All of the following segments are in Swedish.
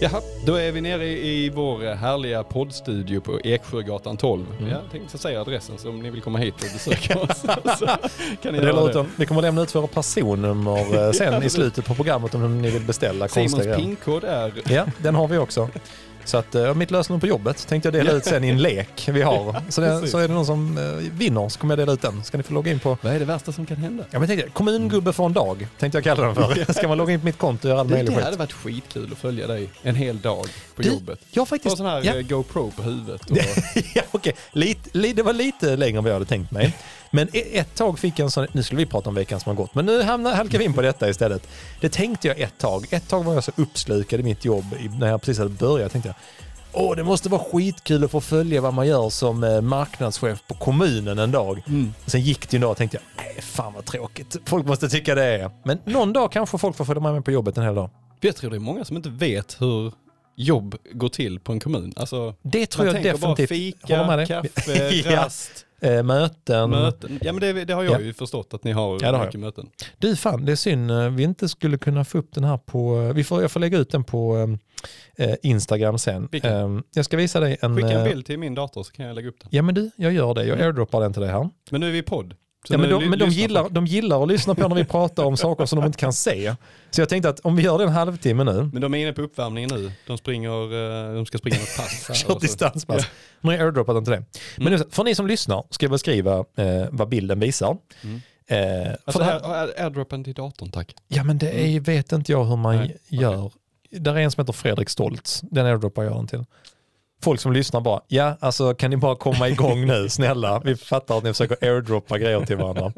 Jaha, då är vi nere i vår härliga poddstudio på Eksjögatan 12. Jag tänkte säga adressen så om ni vill komma hit och besöka oss så kan ni göra det. Vi kommer lämna ut våra personnummer sen i slutet på programmet om ni vill beställa konstiga grejer. Simons pinkod är... Ja, den har vi också. Så att mitt lösenord på jobbet tänkte jag dela ut sen i en lek vi har. Så är det någon som vinner så kommer jag dela ut den. Ska ni få logga in på... Vad är det värsta som kan hända? Ja, men tänkte kommungubbe för en dag tänkte jag kalla den för. Ska man logga in på mitt konto och göra all möjlig skit? Det hade varit skitkul att följa dig en hel dag på jobbet. Jag faktiskt... Och sån här GoPro på huvudet. Och... ja, okej. Det var lite längre än vad jag hade tänkt mig. Men ett tag fick jag en sån... Nu skulle vi prata om veckan som har gått. Men nu halkar vi in på detta istället. Det tänkte jag ett tag. Ett tag var jag så uppslukad i mitt jobb när jag precis hade börjat. Tänkte jag, det måste vara skitkul att få följa vad man gör som marknadschef på kommunen en dag. Sen gick det ju en dag och tänkte jag, fan vad tråkigt. Folk måste tycka det är. Men någon dag kanske folk får följa med mig på jobbet en hel dag. Jag tror det är många som inte vet hur jobb går till på en kommun. Alltså, det tror jag definitivt. Fika, kaffe, rast. Möten. Ja, men det har jag ju förstått att ni har mycket möten. Du fan, det är synd. Vi inte skulle kunna få upp den här på... Jag får lägga ut den på Instagram sen. Jag ska visa dig en... Skicka en bild till min dator så kan jag lägga upp den. Ja, men jag gör det. Jag airdroppar den till dig här. Men nu är vi i podd. Ja, men de gillar att lyssna på när vi pratar om saker som de inte kan se. Så jag tänkte att om vi gör det en halvtimme nu. Men de är inne på uppvärmningen nu. De ska springa något pass. Kör distanspass. Nu har jag airdroppat den till det. Men nu, för ni som lyssnar ska jag beskriva vad bilden visar. Alltså airdroppen till datorn, tack. Ja, men det är, vet inte jag hur man gör. Okay. Där är en som heter Fredrik Stoltz. Den airdroppar jag den till. Folk som lyssnar bara, alltså kan ni bara komma igång nu, snälla. Vi fattar att ni försöker airdroppa grejer till varandra.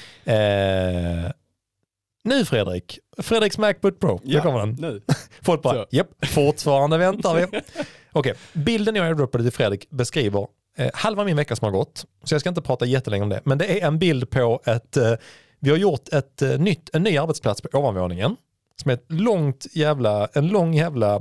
Nu Fredriks MacBook Pro. Nu kommer den. Nu. Folk bara, fortfarande väntar vi. Okej, bilden jag airdroppade till Fredrik beskriver halva min vecka som har gått. Så jag ska inte prata jättelänge om det. Men det är en bild på vi har gjort en ny arbetsplats på ovanvåningen. Som är en lång jävla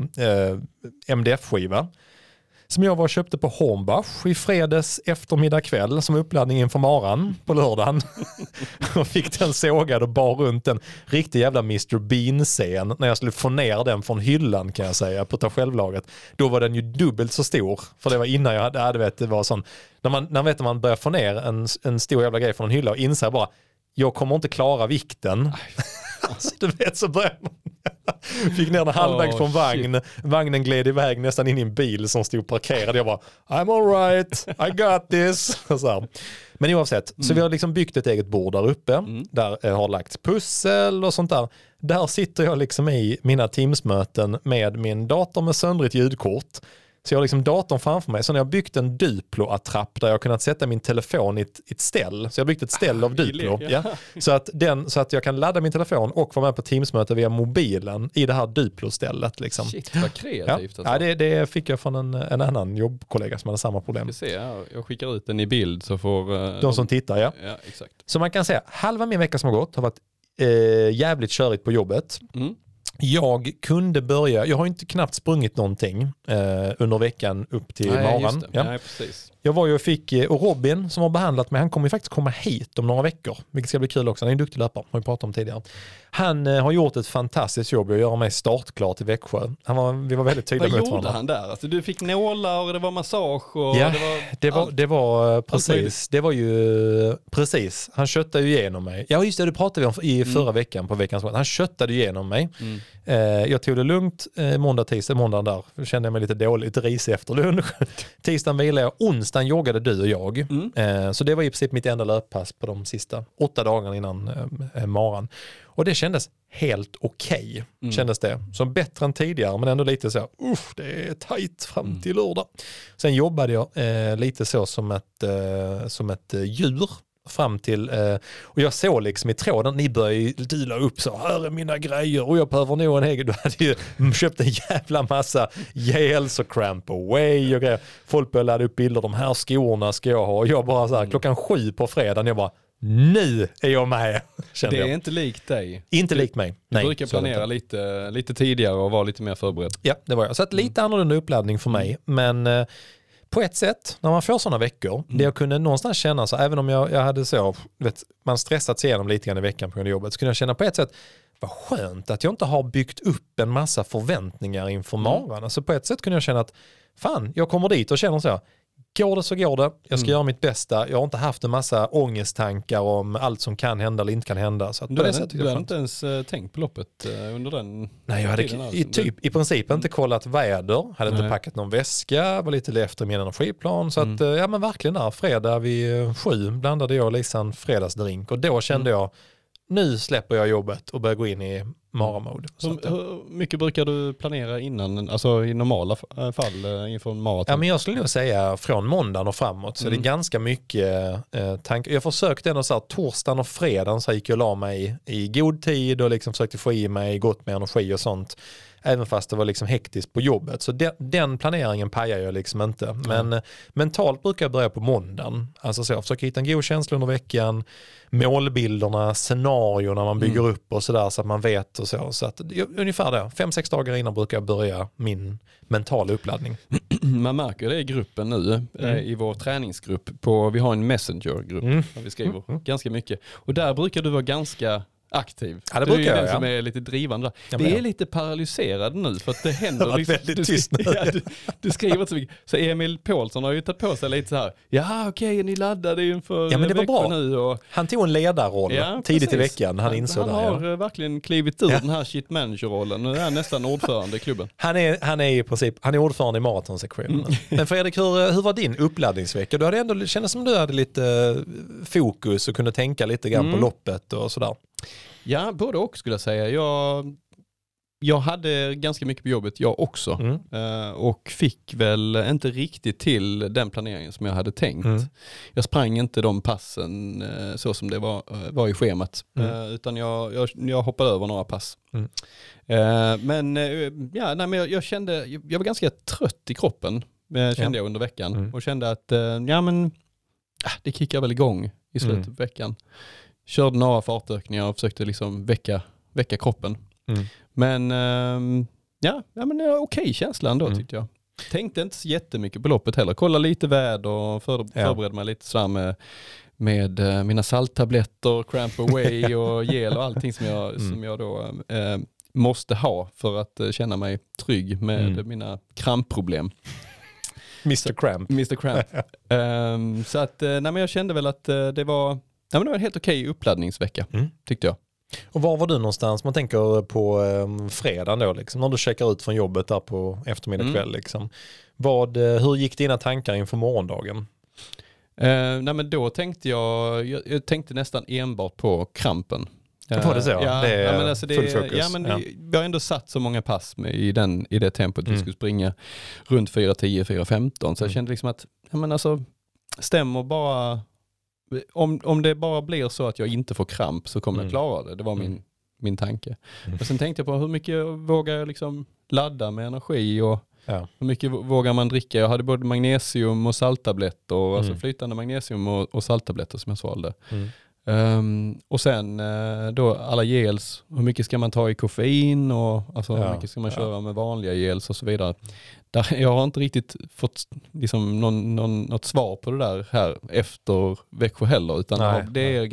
MDF-skiva. Som jag var och köpte på Hornbach i fredags eftermiddag kväll som uppladdning inför maran på lördagen. Och fick den sågad och bar runt en riktig jävla Mr. Bean-scen när jag skulle få ner den från hyllan kan jag säga på ta självlaget. Då var den ju dubbelt så stor. För det var innan jag hade det var sån när man börjar få ner en stor jävla grej från en hylla och inser bara jag kommer inte klara vikten. Alltså, du vet så börjar man. Fick ner den halvvägs från vagn. Vagnen gled iväg nästan in i en bil som stod parkerad. Jag bara, I'm all right, I got this. Så här. Men oavsett, så vi har liksom byggt ett eget bord där uppe. Där har lagt pussel och sånt där. Där sitter jag liksom i mina Teams-möten med min dator med söndrigt ljudkort. Så jag har liksom datorn framför mig. Så när jag har byggt en Duplo-attrapp där jag har kunnat sätta min telefon i ett ställ. Så jag har byggt ett ställ av Duplo. Ja. Så att jag kan ladda min telefon och vara med på Teams-möte via mobilen i det här Duplo-stället. Liksom. Shit, vad kreativt. Ja, det fick jag från en annan jobbkollega som hade samma problem. Jag skickar ut den i bild så får... de som tittar, ja. Exakt. Så man kan säga, halva min vecka som har gått har varit jävligt körigt på jobbet. Jag kunde börja, jag har inte knappt sprungit någonting under veckan upp till morgon. Ja. Nej, precis. Jag var ju och Robin som har behandlat mig, han kommer ju faktiskt komma hit om några veckor, vilket ska bli kul också. Han är en duktig löpare, har vi pratat om tidigare. Han har gjort ett fantastiskt jobb att göra mig startklar till Växjö. Vi var väldigt tydliga med varandra. Vad gjorde han där? Alltså, du fick nålar och det var massage och det var precis. Det var ju precis. Han köttade ju igenom mig. Ja, just det pratade vi om i förra veckan på veckans månad. Han köttade igenom mig. Jag tog det lugnt måndagen där kände jag mig lite dålig, lite risig efter lunch. Tisdagen vilade jag, onsdagen joggade du och jag. Så det var i princip mitt enda löppass på de sista 8 dagarna innan maran. Och det kändes helt okej. Kändes det. Som bättre än tidigare men ändå lite så det är tajt fram till lördag. Sen jobbade jag lite så som ett djur fram till och jag såg liksom i tråden ni började dela upp så här är mina grejer och jag behöver nog en egen. Du hade ju köpt en jävla massa gels och cramp away och grejer. Folk började ladda upp bilder, de här skorna ska jag ha och jag bara så här, 7:00 på fredagen jag bara nu är jag med. Det är inte likt dig. Inte likt mig. Du brukar planera lite tidigare och vara lite mer förberedd. Ja, det var jag. Så att lite annorlunda uppladdning för mig. Men på ett sätt, när man får sådana veckor, det jag kunde någonstans känna så, även om jag hade så, man stressat sig igenom lite grann i veckan på grund av jobbet, så kunde jag känna på ett sätt, vad skönt att jag inte har byggt upp en massa förväntningar inför morgonen. Alltså på ett sätt kunde jag känna att fan, jag kommer dit och känner så här, går det så går det. Jag ska göra mitt bästa. Jag har inte haft en massa ångesttankar om allt som kan hända eller inte kan hända. Så att du hade inte ens tänkt på loppet under den Nej, jag hade i princip inte kollat väder. Hade inte packat någon väska. Var lite efter min energiplan. Så att, ja men verkligen där. Fredag vid 7 blandade jag och Lisa en fredagsdrink. Och då kände jag, nu släpper jag jobbet och börjar gå in i mara-mode. Hur mycket brukar du planera innan, alltså i normala fall inför en maraton? Ja, men jag skulle nog säga från måndagen och framåt så det är ganska mycket tankar. Jag försökte ändå så här, torsdagen och fredagen så gick jag och la mig i god tid och liksom försökte få i mig gott med energi och sånt. Även fast det var liksom hektiskt på jobbet. Så den planeringen pajar jag liksom inte. Men mentalt brukar jag börja på måndagen. Alltså så jag försöker hitta en god känsla under veckan. Målbilderna, scenarierna man bygger upp och sådär så att man vet och så. Så att ungefär det. 5-6 dagar innan brukar jag börja min mentala uppladdning. Man märker det i gruppen nu, i vår träningsgrupp. Vi har en messengergrupp där vi skriver ganska mycket. Och där brukar du vara ganska aktiv. Ja, det du är ju jag, den som är lite drivande. Vi är lite paralyserade nu för att det händer. Det har varit väldigt tyst nu. Du skriver inte så mycket. Så Emil Paulsson har ju tagit på sig lite så här. Ja, okej, ni laddade inför men det var bra. Nu. Och han tog en ledarroll tidigt i veckan. Han insåg det. Han har verkligen klivit ur den här shit manager-rollen. Nu är han nästan ordförande i klubben. Han är i princip, han är ordförande i maratonsektionen. Men Fredrik, hur var din uppladdningsvecka? Du hade ändå kändes som du hade lite fokus och kunde tänka lite grann på loppet och sådär. Ja, både och skulle jag säga. Jag hade ganska mycket på jobbet, jag också. Och fick väl inte riktigt till den planeringen som jag hade tänkt. Jag sprang inte de passen så som det var i schemat. Utan jag hoppade över några pass. Men jag kände, jag var ganska trött i kroppen. Kände jag under veckan. Och kände att det kickar väl igång i slutet av veckan. Körde några fartökningar och försökte liksom väcka kroppen. Men men det var okej känsla ändå tyckte jag. Tänkte inte så jättemycket på loppet heller. Kolla lite väder och förberedde mig lite så här med mina salttabletter, cramp away och gel och allting som jag då måste ha för att känna mig trygg med mina krampproblem. Mr. Cramp. Så att men jag kände väl att det var en helt okej uppladdningsvecka tyckte jag. Och var var du någonstans? Man tänker på fredagen då, liksom, när du checkar ut från jobbet där på eftermiddag kväll. Liksom. Hur gick dina tankar inför morgondagen? Men då tänkte jag tänkte nästan enbart på krampen. Var det så? Ja, det är full fokus. Ja, men vi har ändå satt så många pass i det tempot vi skulle springa runt 4.10, 4.15. Så jag kände liksom att stämmer bara. Om det bara blir så att jag inte får kramp så kommer jag klara det. Det var min tanke. Men sen tänkte jag på hur mycket vågar jag liksom ladda med energi och hur mycket vågar man dricka. Jag hade både magnesium och salttabletter, alltså flytande magnesium och salttabletter som jag svalde. Och sen då alla gels, hur mycket ska man ta i koffein och alltså, hur mycket ska man köra med vanliga gels och så vidare. Jag har inte riktigt fått liksom något svar på det där här efter Växjö heller, utan det är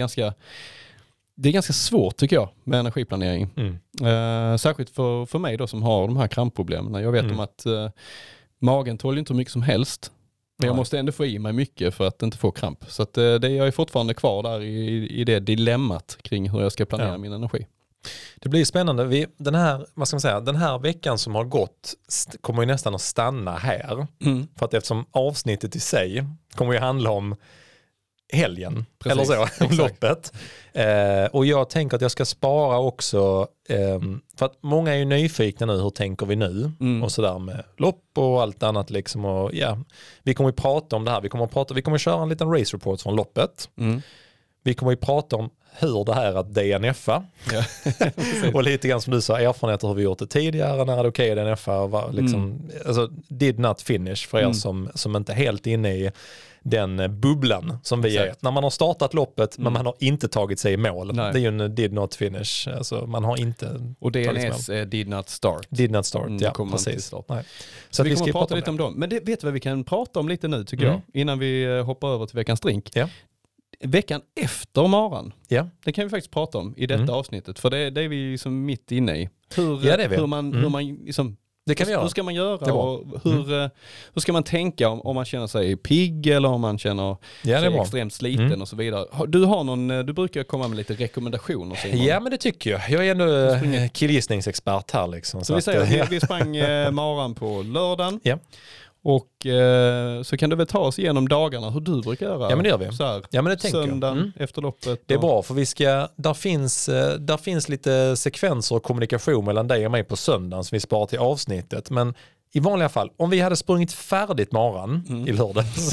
ganska svårt tycker jag med energiplanering. Särskilt för mig då som har de här krampproblemen. Jag vet om att magen tål inte hur mycket som helst. Men jag måste ändå få i mig mycket för att inte få kramp. Så att jag är fortfarande kvar där i det dilemmat kring hur jag ska planera min energi. Det blir spännande. Den här veckan som har gått kommer ju nästan att stanna här. För att eftersom avsnittet i sig kommer ju handla om helgen. Precis, eller så, om loppet. Och jag tänker att jag ska spara också för att många är ju nyfikna nu, hur tänker vi nu? Och sådär med lopp och allt annat liksom. Och vi kommer ju prata om det här. Vi kommer köra en liten race report från loppet. Vi kommer ju prata om hur det här att DNFa. Och lite grann som du sa, erfarenheter hur vi gjort det tidigare, när det okej DNFa var liksom, alltså did not finish för er som inte är helt inne i den bubblan som vi är. När man har startat loppet men man har inte tagit sig i mål. Nej. Det är ju en did not finish. Alltså man har inte. Och DNS did not start. Did not start, ja precis. Nej. Så vi kommer prata lite om dem. Men vet du vad vi kan prata om lite nu tycker jag, innan vi hoppar över till veckans drink. veckan efter maran. Ja. Det kan vi faktiskt prata om i detta avsnittet. För det är vi liksom mitt inne i. Hur man liksom, det kan vi göra. Hur ska man göra och hur ska man tänka om man känner sig pigg eller om man känner sig extremt sliten och så vidare. Du brukar komma med lite rekommendationer, Simon. Ja, men det tycker jag. Jag är ändå killgissningsexpert här liksom. Så vi säger att vi sprang maran på lördagen. Ja. Och så kan du väl ta oss igenom dagarna hur du brukar göra. Ja, men det gör vi. Så här, ja, men det tänker söndagen efter loppet. Det är bra, för där finns lite sekvenser och kommunikation mellan dig och mig på söndagen som vi sparar till avsnittet. Men i vanliga fall, om vi hade sprungit färdigt maran i lördags,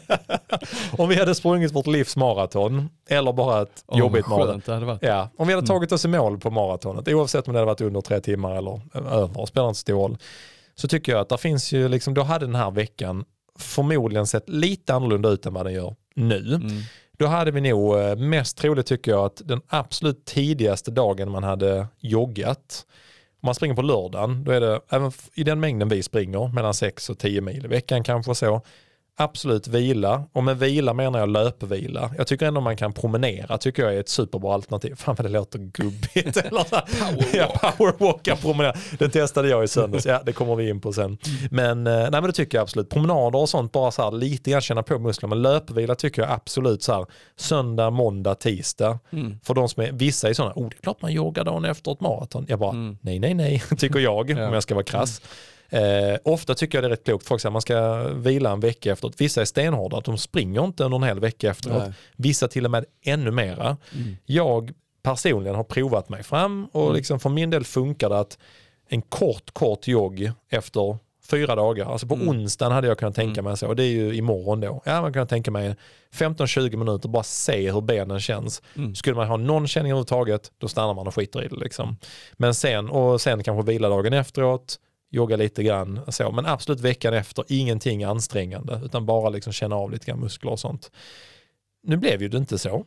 om vi hade sprungit vårt livs maraton eller bara ett jobbigt maraton. Ja, om vi hade tagit oss i mål på maratonet, oavsett om det hade varit under 3 timmar eller över, spelar inte stor roll. Så tycker jag att det finns ju liksom, då hade den här veckan förmodligen sett lite annorlunda ut än vad den gör nu. Då hade vi nog mest troligt, tycker jag, att den absolut tidigaste dagen man hade joggat, om man springer på lördagen, då är det även i den mängden vi springer, mellan 6 och 10 mil i veckan kanske så, absolut vila. Och med vila menar jag löpvila. Jag tycker ändå man kan promenera, tycker jag är ett superbra alternativ. Fan vad det låter gubbigt. Powerwalka, promenera. Den testade jag i söndags. Ja, det kommer vi in på sen. Men det tycker jag absolut. Promenader och sånt, bara så här lite grann känna på muskler. Men löpvila tycker jag absolut så här söndag, måndag, tisdag. För de som är, vissa är sådana, det är klart man joggar dagen efter ett maraton. Jag bara, nej, tycker jag, om jag ska vara krass. Ofta tycker jag det är rätt klokt. Folk säger att man ska vila en vecka efteråt. Vissa är stenhårda, att de springer inte under en hel vecka efteråt. Nej. Vissa till och med ännu mera. Jag personligen har provat mig fram och liksom för min del funkar det att en kort jogg efter 4 dagar. Alltså på onsdagen hade jag kunnat tänka mig så. Och det är ju imorgon då. Ja, man kan tänka mig 15-20 minuter, bara se hur benen känns. Skulle man ha någon känning överhuvudtaget, då stannar man och skiter i det liksom. Men sen kanske vila dagen efteråt, jogga lite grann så. Men absolut veckan efter, ingenting ansträngande, utan bara liksom känna av lite grann muskler och sånt. Nu blev ju det inte så.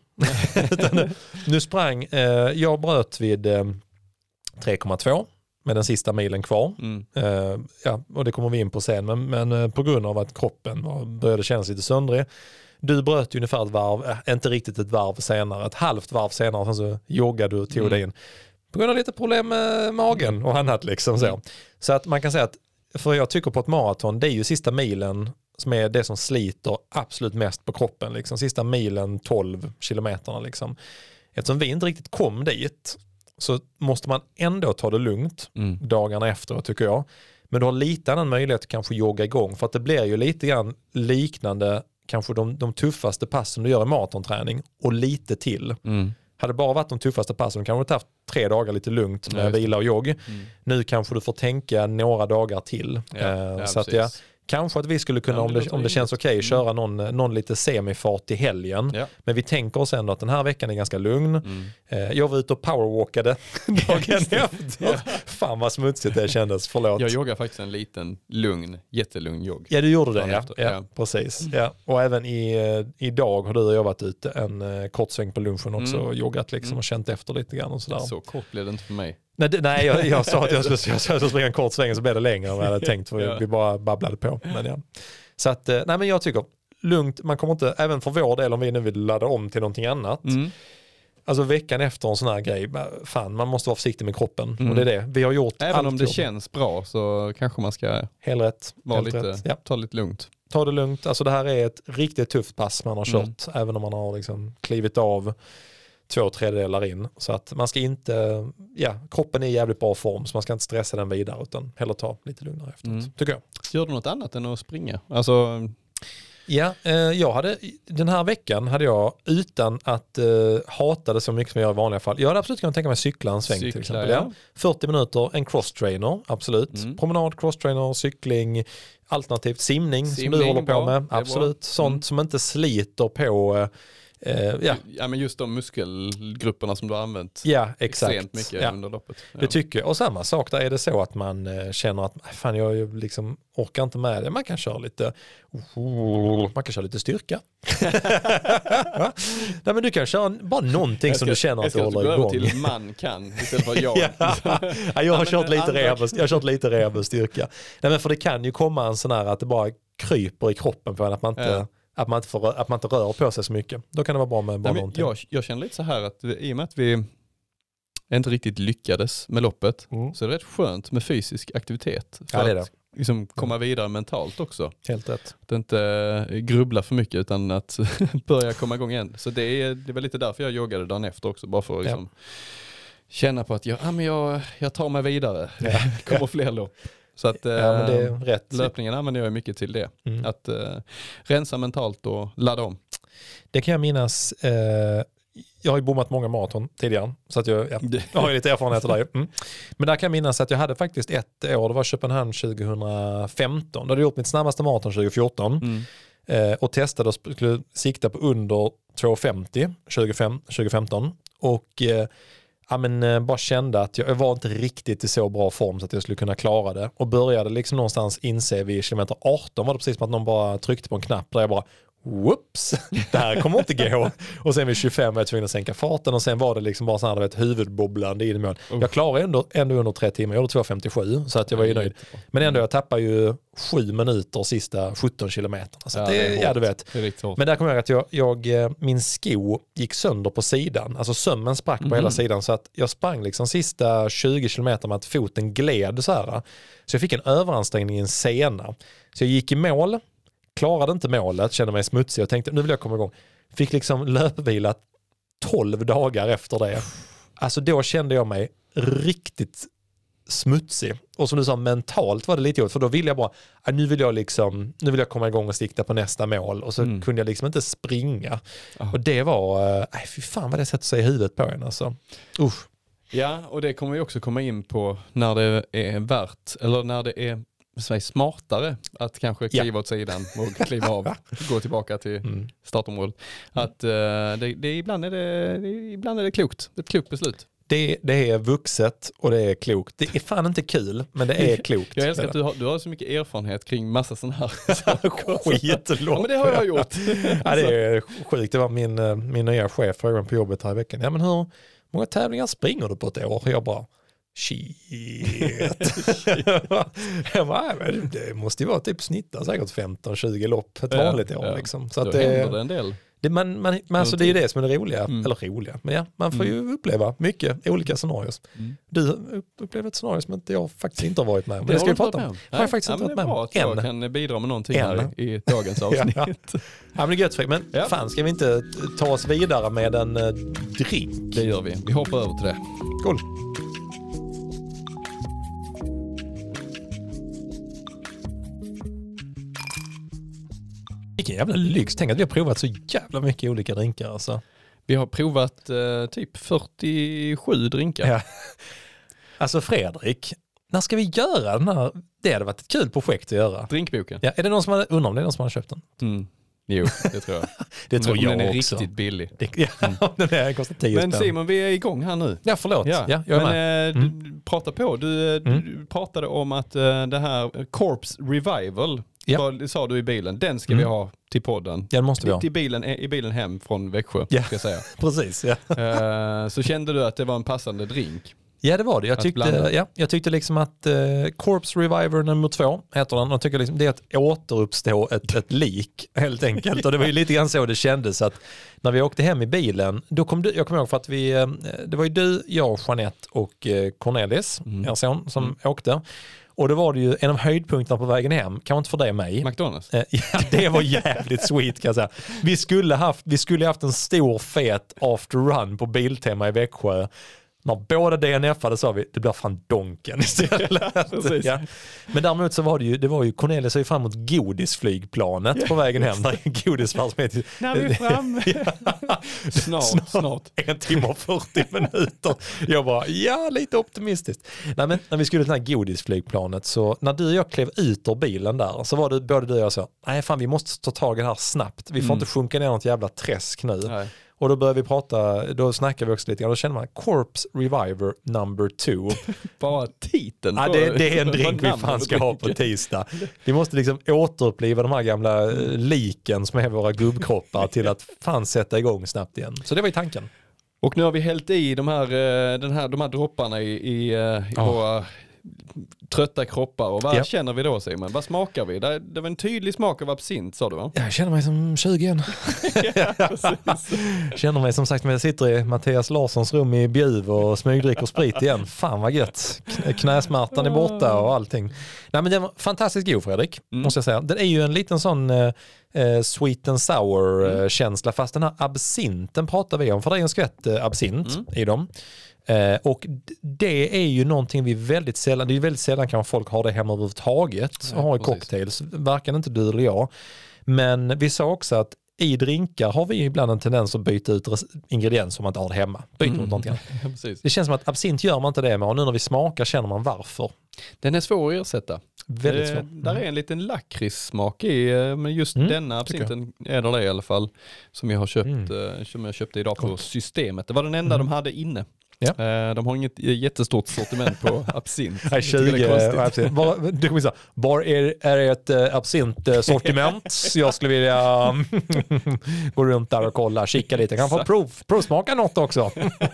Nu sprang, jag bröt vid 3,2 med den sista milen kvar. Och det kommer vi in på sen. Men på grund av att kroppen började kännas lite söndrig. Du bröt ju ungefär ett varv, inte riktigt ett varv senare, ett halvt varv senare, och sen så joggade du och tog dig in. På grund av lite problem med magen och annat liksom så. Så att man kan säga att, för jag tycker på ett maraton, det är ju sista milen som är det som sliter absolut mest på kroppen liksom. Sista milen, 12 kilometerna liksom. Eftersom vi inte riktigt kom dit så måste man ändå ta det lugnt dagarna efter, tycker jag. Men du har lite annan möjlighet att kanske jogga igång, för att det blir ju lite grann liknande kanske de tuffaste passen du gör i maratonträning och lite till. Hade det bara varit de tuffaste passen, kanske du haft 3 dagar lite lugnt med vila och jogg. Nu kanske du får tänka några dagar till. Så att kanske att vi skulle kunna, om det känns okej, köra någon lite semifart i helgen. Men vi tänker oss ändå att den här veckan är ganska lugn. Jag var ute och powerwalkade dagen efter. Fan vad smutsigt det kändes, förlåt. Jag joggar faktiskt en liten jättelugn jogg. Ja, du gjorde det, ja, precis. Ja. Och även idag har du och jag varit ute en kort sväng på lunchen också och joggat liksom och känt efter lite grann och sådär. Så kort blev det inte för mig. Nej, jag sa att jag skulle springa en kort sväng, så blev det längre än vad jag hade tänkt, för vi bara babblade på. Men ja. Så att, men jag tycker lugnt, man kommer inte, även för vår del om vi nu vill ladda om till någonting annat. Alltså veckan efter en sån här grej, fan, man måste vara försiktig med kroppen. Och det är det. Vi har gjort även om det känns bra, så kanske man ska ta lite lugnt. Ta det lugnt. Alltså det här är ett riktigt tufft pass man har kört, även om man har liksom klivit av 2/3 in. Så att man ska inte, kroppen är i jävligt bra form, så man ska inte stressa den vidare, utan hellre ta lite lugnare efteråt, tycker jag. Gör du något annat än att springa? Alltså... Ja, den här veckan hade jag, utan att hata det så mycket som jag gör i vanliga fall, jag hade absolut kunnat tänka mig cykla en sväng till exempel. Ja. 40 minuter, en crosstrainer, absolut. Promenad, crosstrainer, cykling, alternativt simning som du håller på med. Absolut, sånt som inte sliter på... Ja, men just de muskelgrupperna som du har använt extremt mycket under loppet. Det tycker jag. Och samma sak, där är det så att man känner att fan, jag liksom orkar inte med det. Man kan köra lite styrka. Nej, men du kan köra bara någonting som du känner att du håller igång. Till man kan istället för jag. Jag har kört lite rehab och styrka. Nej, men för det kan ju komma en sån här att det bara kryper i kroppen på en, att man inte att man inte rör på sig så mycket. Då kan det vara bra med bara någonting. Jag känner lite så här att i och med att vi inte riktigt lyckades med loppet så är det rätt skönt med fysisk aktivitet. För att liksom komma vidare mentalt också. Helt rätt. Att inte grubbla för mycket utan att börja komma igång igen. Så det är väl lite därför jag joggade dagen efter också. Bara för att liksom känna på att jag tar mig vidare. Det kommer fler lopp. Så att men det är rätt. Löpningen använder jag mycket till det. Att rensa mentalt och ladda om. Det kan jag minnas. Jag har ju bommat många maraton tidigare. Så att jag har ju lite erfarenhet där. Men där kan jag minnas att jag hade faktiskt ett år. Det var Köpenhamn 2015. Då hade jag gjort mitt snabbaste maraton 2014. Och testade och skulle sikta på under 2:50 2015. Och bara kände att jag var inte riktigt i så bra form så att jag skulle kunna klara det. Och började liksom någonstans inse vid kilometer 18 var det precis som att någon bara tryckte på en knapp där jag bara whoops, det här kommer inte gå. Och sen vid 25 var jag tvungen att sänka farten och sen var det liksom bara så här huvudbobblande i mål. Jag klarade ändå under 3 timmar, jag gjorde 2:57 så att jag var ju nöjd. Men ändå, jag tappade ju 7 minuter sista 17 kilometer. Så du vet. Men där kommer jag att min sko gick sönder på sidan. Alltså sömmen sprack på hela sidan så att jag sprang liksom sista 20 kilometer med att foten gled så här. Så jag fick en överansträngning i en sena. Så jag gick i mål, klarade inte målet, kände mig smutsig och tänkte nu vill jag komma igång. Fick liksom löpvila 12 dagar efter det. Alltså då kände jag mig riktigt smutsig. Och som du sa, mentalt var det lite jobbigt för då ville jag bara, nu vill jag komma igång och sikta på nästa mål och så kunde jag liksom inte springa. Och det var, fy fan vad det sätter sig i huvudet på en alltså. Usch. Ja, och det kommer vi också komma in på när det är värt, eller när det är smartare att kanske kliva åt sidan och kliva av, gå tillbaka till startområdet. Att ibland är det klokt. Ett klokt beslut. Det är vuxet och det är klokt. Det är fan inte kul, men det är klokt. Jag älskar att du har så mycket erfarenhet kring massa sådana här skitlopp. Ja, men det har jag gjort. Ja, det är sjukt. Det var min nya chef frågade på jobbet här i veckan. Ja, men hur många tävlingar springer du på ett år? Och jag bara shit. Jag bara, det måste ju vara typ snitta säkert 15-20 lopp ett vanligt år. Liksom. Så då att händer det en del. Alltså det är ju det som är det roliga. Eller roliga. Men ja, man får ju uppleva mycket olika scenarios. Du upplever ett scenario som jag faktiskt inte har varit med om. Det ska vi prata om. Har jag faktiskt inte varit med om. Jag kan bidra med någonting här i dagens avsnitt. Ja, men det är gött. Men fan, ska vi inte ta oss vidare med en drink? Det gör vi. Vi hoppar över till det. Cool. Vilken jävla lyx. Tänk att vi har provat så jävla mycket olika drinkar. Alltså. Vi har provat typ 47 drinkar. Ja. Alltså Fredrik, när ska vi göra den här? Det hade varit ett kul projekt att göra. Drinkboken. Ja, är det någon som har, undrar om det är någon som har köpt den? Jo, det tror jag. Det tror jag den är också. Riktigt billig. Den kostar 10 spänn. Men Simon, vi är igång här nu. Ja, förlåt. Ja, jag är med. Du pratar på. Du pratade om att det här Corpse Revival, vad sa du i bilen? Den ska vi ha till podden. Ja, det måste vi ha. I bilen hem från Växjö, ska jag säga. Precis, ja. Så kände du att det var en passande drink? Ja, det var det. Jag tyckte liksom att Corpse Reviver nummer 2 heter den. Jag tycker liksom det är att återuppstå ett lik helt enkelt. Och det var ju lite grann så det kändes att när vi åkte hem i bilen, då kom jag kommer ihåg för att det var ju du, jag, Jeanette och Cornelis, er son, som åkte. Och då var det ju en av höjdpunkterna på vägen hem, kanske inte för dig och mig. McDonalds? Ja, det var jävligt sweet kan jag säga. Vi skulle haft en stor fet after run på Biltema i Växjö. När båda DNF-ade sa vi, det blir fan Donken istället. Ja. Men däremot så var det var ju Cornelis så fram mot godisflygplanet på vägen hem. Där är en godisfärd som heter... När vi är fram. Snart. 1 timme och 40 minuter. Jag bara, lite optimistiskt. Nej, men när vi skulle till det här godisflygplanet så när du och jag klev ut ur bilen där så var det både du och jag så, nej fan vi måste ta tag i det här snabbt. Vi får inte sjunka ner något jävla träsk nu. Nej. Och då började vi prata, då snackade vi också lite grann. Då känner man Corpse Reviver number 2. Bara titeln. Ja, det är en drink vi fan ska ha på tisdag. Vi måste liksom återuppliva de här gamla liken som är våra gubbkroppar till att fan sätta igång snabbt igen. Så det var ju tanken. Och nu har vi hällt i de här dropparna i våra trötta kroppar. Och vad känner vi då, Simon? Vad smakar vi? Det var en tydlig smak av absint, sa du, va? Jag känner mig som 20 igen. Känner mig som sagt, när jag sitter i Mattias Larssons rum i Bjuv och smygdricker sprit igen. Fan vad gött. Knäsmärtan är borta och allting. Nej, men den var fantastiskt god, Fredrik, måste jag säga. Den är ju en liten sån sweet and sour känsla, fast den här absinten pratar vi om, för det är en skvätt absint i dem. Och det är ju någonting vi väldigt sällan kan folk ha det hemma överhuvudtaget och ha i cocktails, varken inte du eller jag. Men vi sa också att i drinkar har vi ibland en tendens att byta ut ingredienser om man inte har det hemma. Byta mot någonting annat. Ja, det känns som att absint gör man inte det med, och nu när vi smakar känner man varför. Den är svår att ersätta. Väldigt svår. Där är en liten lakritssmak i, men just denna absinten är det i alla fall, som jag har köpt, som jag köpte idag på Systemet. Det var den enda de hade inne. Ja. De har inget jättestort sortiment på absint. 20 absint. Du kommer säga, var är ett absint-sortiment? Jag skulle vilja gå runt där och kolla, kika lite. Jag kan få provsmaka något också.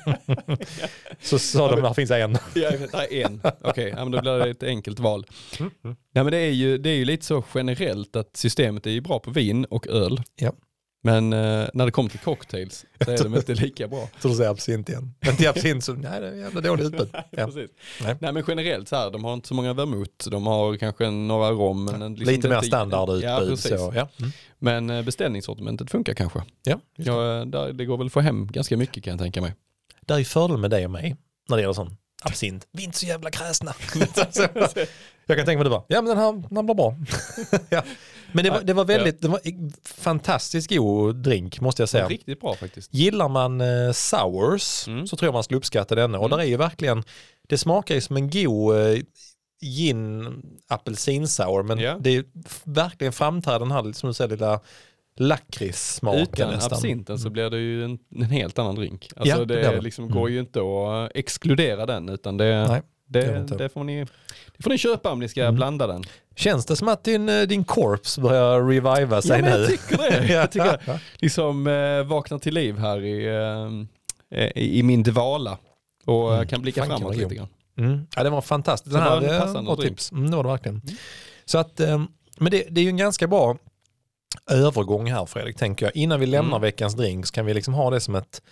Så sa de, där finns en. Ja, det är en. Okej, men då blir det ett enkelt val. Ja, men det är ju lite så generellt att systemet är ju bra på vin och öl. Ja. Men när det kommer till cocktails så är de inte lika bra. Så du säger absint igen. Men till absint så, nej, det är jävla dåligt utbud. Ja. Nej, men generellt så här, de har inte så många vermouth, de har kanske några rom. Men liksom lite mer standardutbud. Ja, precis. Så, ja. Men beställningssortimentet funkar kanske. Ja, det går väl att få hem ganska mycket, kan jag tänka mig. Det är ju fördel med dig och mig när det gäller sån absint. Vi är inte så jävla kräsna. Jag kan tänka mig det bara, ja men den blir bra. Ja. Men det var fantastiskt god drink, måste jag säga. Riktigt bra faktiskt. Gillar man sours så tror jag man skulle uppskatta den. Och där är ju verkligen, det smakar ju som en god gin apelsinsour, men det är verkligen framträdande den här, som du säger, lilla lakritssmaken. Utan nästan. absinten så blir det ju en helt annan drink. Alltså det liksom går ju inte att exkludera den, utan det får ni köpa om ni ska blanda den. Känns det som att din korps börjar reviva sig nu? Jag tycker det. Jag tycker liksom vaknar till liv här i min dvala och kan blicka framåt lite grann. Ja, det var fantastiskt. Det var tips. Det var det verkligen. Så att, men det är ju en ganska bra övergång här, Fredrik, tänker jag. Innan vi lämnar veckans drink så kan vi liksom ha det som ett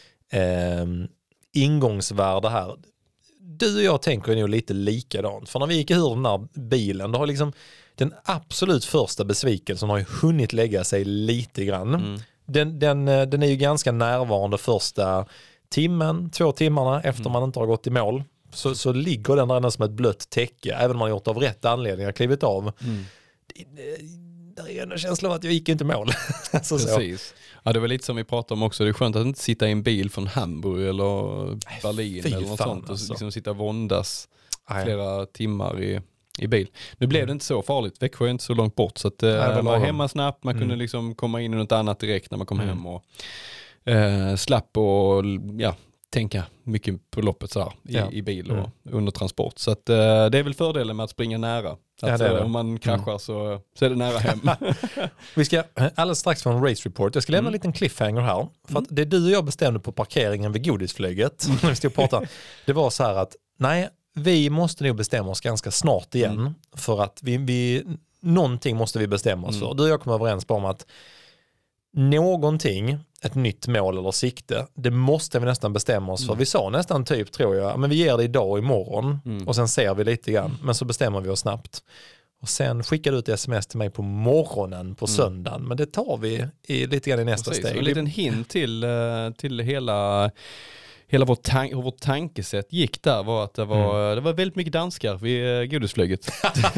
ingångsvärde här. Du och jag tänker nog lite likadant. För när vi gick ur den här bilen, då har liksom den absolut första besvikelsen har ju hunnit lägga sig lite grann. Den är ju ganska närvarande första 2 timmarna efter man inte har gått i mål. Så ligger den där som ett blött täcke, även om man har gjort av rätt anledning, har klivit av. Det är en känsla av att jag gick inte i mål. Precis. Ja, det var lite som vi pratade om också. Det är skönt att inte sitta i en bil från Hamburg eller Berlin eller något sånt och liksom sitta och våndas flera timmar i bil. Nu blev det inte så farligt. Växjö är inte så långt bort, så att man var hemma snabbt. Man kunde liksom komma in i något annat direkt när man kom hem och slapp och tänka mycket på loppet så här, i bil och under transport. Så att, det är väl fördelen med att springa nära. Om man kraschar så är det nära hem. Vi ska alldeles strax få en race report. Jag ska lämna en liten cliffhanger här. För att det du och jag bestämde på parkeringen vid godisflyget när vi stod och pratade, det var så här att vi måste nog bestämma oss ganska snart igen. För att någonting måste vi bestämma oss för. Du och jag kom överens på om att någonting, ett nytt mål eller sikte, det måste vi nästan bestämma oss för. Vi sa nästan typ, tror jag, men vi ger det idag och imorgon och sen ser vi lite grann, men så bestämmer vi oss snabbt. Och sen skickar du ett sms till mig på morgonen på söndagen, men det tar vi lite grann i nästa steg. En liten hint till hela vårt tankesätt gick där var att det var väldigt mycket danskar vid godisflyget.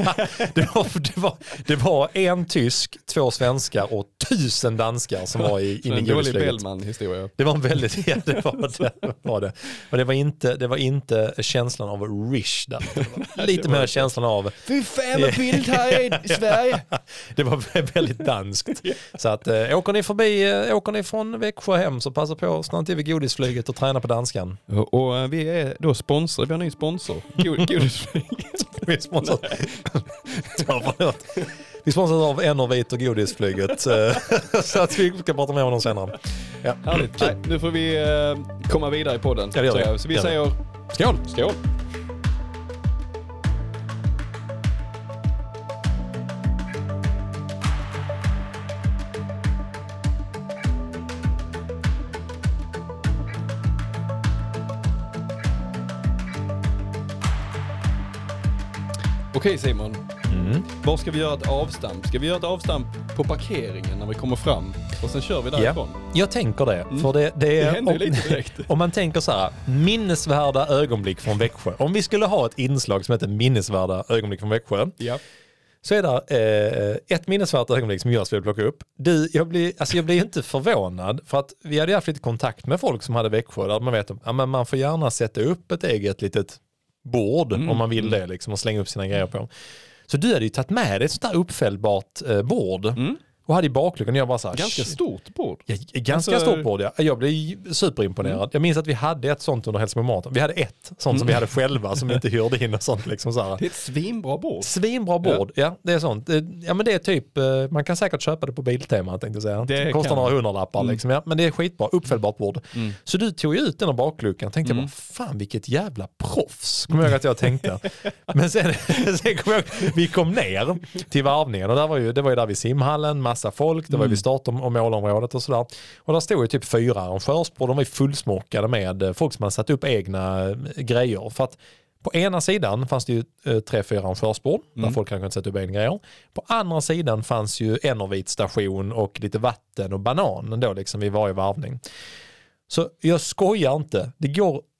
det var en tysk, 2 svenskar och 1000 danskar som var inne i godisflyget. En dålig Bellman-historia. Det var en väldigt, det var det. Och det var inte känslan av Rish där. Lite mer känslan av fy fan vad bild här i Sverige. Det var väldigt danskt. Så att åker ni från Växjö hem så passa på snart till vid godisflyget och träna på danskan. Och vi är då sponsor, vi har en ny sponsor. Godisflyget. Vi är sponsor av Enervit och Godisflyget. Så att vi ska prata mer om dem senare. Ja. Härligt. Nej, nu får vi komma vidare i podden. Ja, så vi säger skål! Skål! Okej Simon, var ska vi göra ett avstamp? Ska vi göra ett avstamp på parkeringen när vi kommer fram? Och sen kör vi därifrån? Ja, jag tänker det. För det händer ju lite direkt. Om man tänker så här, minnesvärda ögonblick från Växjö. Om vi skulle ha ett inslag som heter minnesvärda ögonblick från Växjö. Ja. Så är det ett minnesvärt ögonblick som jag skulle plocka upp. Jag blir inte förvånad för att vi hade haft lite kontakt med folk som hade Växjö där man vet att man får gärna sätta upp ett eget litet bord om man vill det liksom, och slänga upp sina grejer på. Så du hade ju tagit med dig ett sånt där uppfällbart bord och hade i bakluckan och jag bara så här, ganska stort bord. Ja, ganska stort bord, ja. Jag blev superimponerad. Jag minns att vi hade ett sånt under Hälsingborg Maten. Vi hade ett sånt som vi hade själva som inte hyrde in och sånt liksom så här. Det är ett svinbra bord. Svinbra bord, ja det är sånt. Ja men det är typ, man kan säkert köpa det på Biltema tänkte jag säga. Det kostar några 100-lappar liksom, ja. Men det är skitbra, uppfällbart bord. Så du tog ju ut den av bakluckan, tänkte jag bara, fan vilket jävla proffs. Kommer jag ihåg att jag tänkte. Men sen kom jag, vi kom ner till varvningen och det var ju där vid simhallen, massa folk, det var ju vid start- och målområdet och sådär. Och där stod ju typ 4 arrangörsbord, de var ju fullsmockade med folk som hade satt upp egna grejer. För att på ena sidan fanns det ju 3-4 arrangörsbord där folk hade kunnat sätta upp egna grejer. På andra sidan fanns ju Enervit-station och lite vatten och banan då liksom vid varje varvning. Så jag skojar inte. Det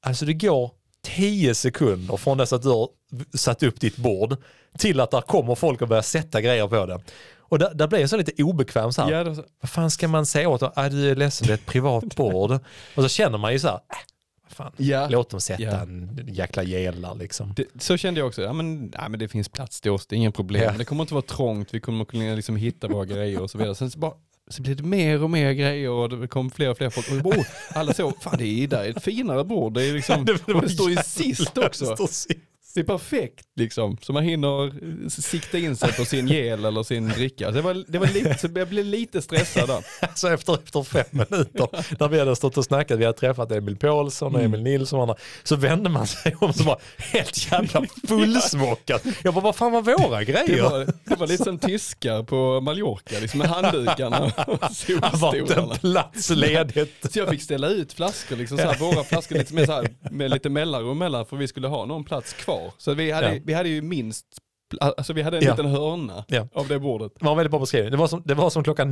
går 10 sekunder från dess att du har satt upp ditt bord till att där kommer folk och börjar sätta grejer på det. Och där blev jag så lite obekväm så här. Ja, vad fan ska man säga åt dem? Du är ledsen, det är ett privat bord. Och så känner man ju så här, vad fan, låt dem sätta en jäkla gela liksom. Så kände jag också. Ja, men det finns plats till oss, det är inga problem. Ja. Det kommer inte vara trångt, vi kommer kunna liksom hitta våra grejer och så vidare. Sen så blev det mer och mer grejer och det kom fler och fler folk. Och alla såg, fan det är ett finare bord. Det är liksom, och det står ju sist också. Det är perfekt liksom, så man hinner sikta in sig på sin gel eller sin dricka. Det var lite, så jag blev lite stressad där. Så efter 5 minuter, när vi hade stått och snackat, vi hade träffat Emil Paulsson och Emil Nilsson och andra, så vände man sig om så var helt jävla fullsmockat. Jag bara, vad fan var våra grejer? Det var lite som tyskar på Mallorca, liksom med handdukarna och solstolarna. Plats ledigt. Så jag fick ställa ut flaskor, liksom så här, våra flaskor lite med, så här, med lite mellanrum mellan, för vi skulle ha någon plats kvar. Så vi hade ju minst, alltså vi hade en liten hörna av det bordet. Det var väldigt bra beskrivning. Det var som klockan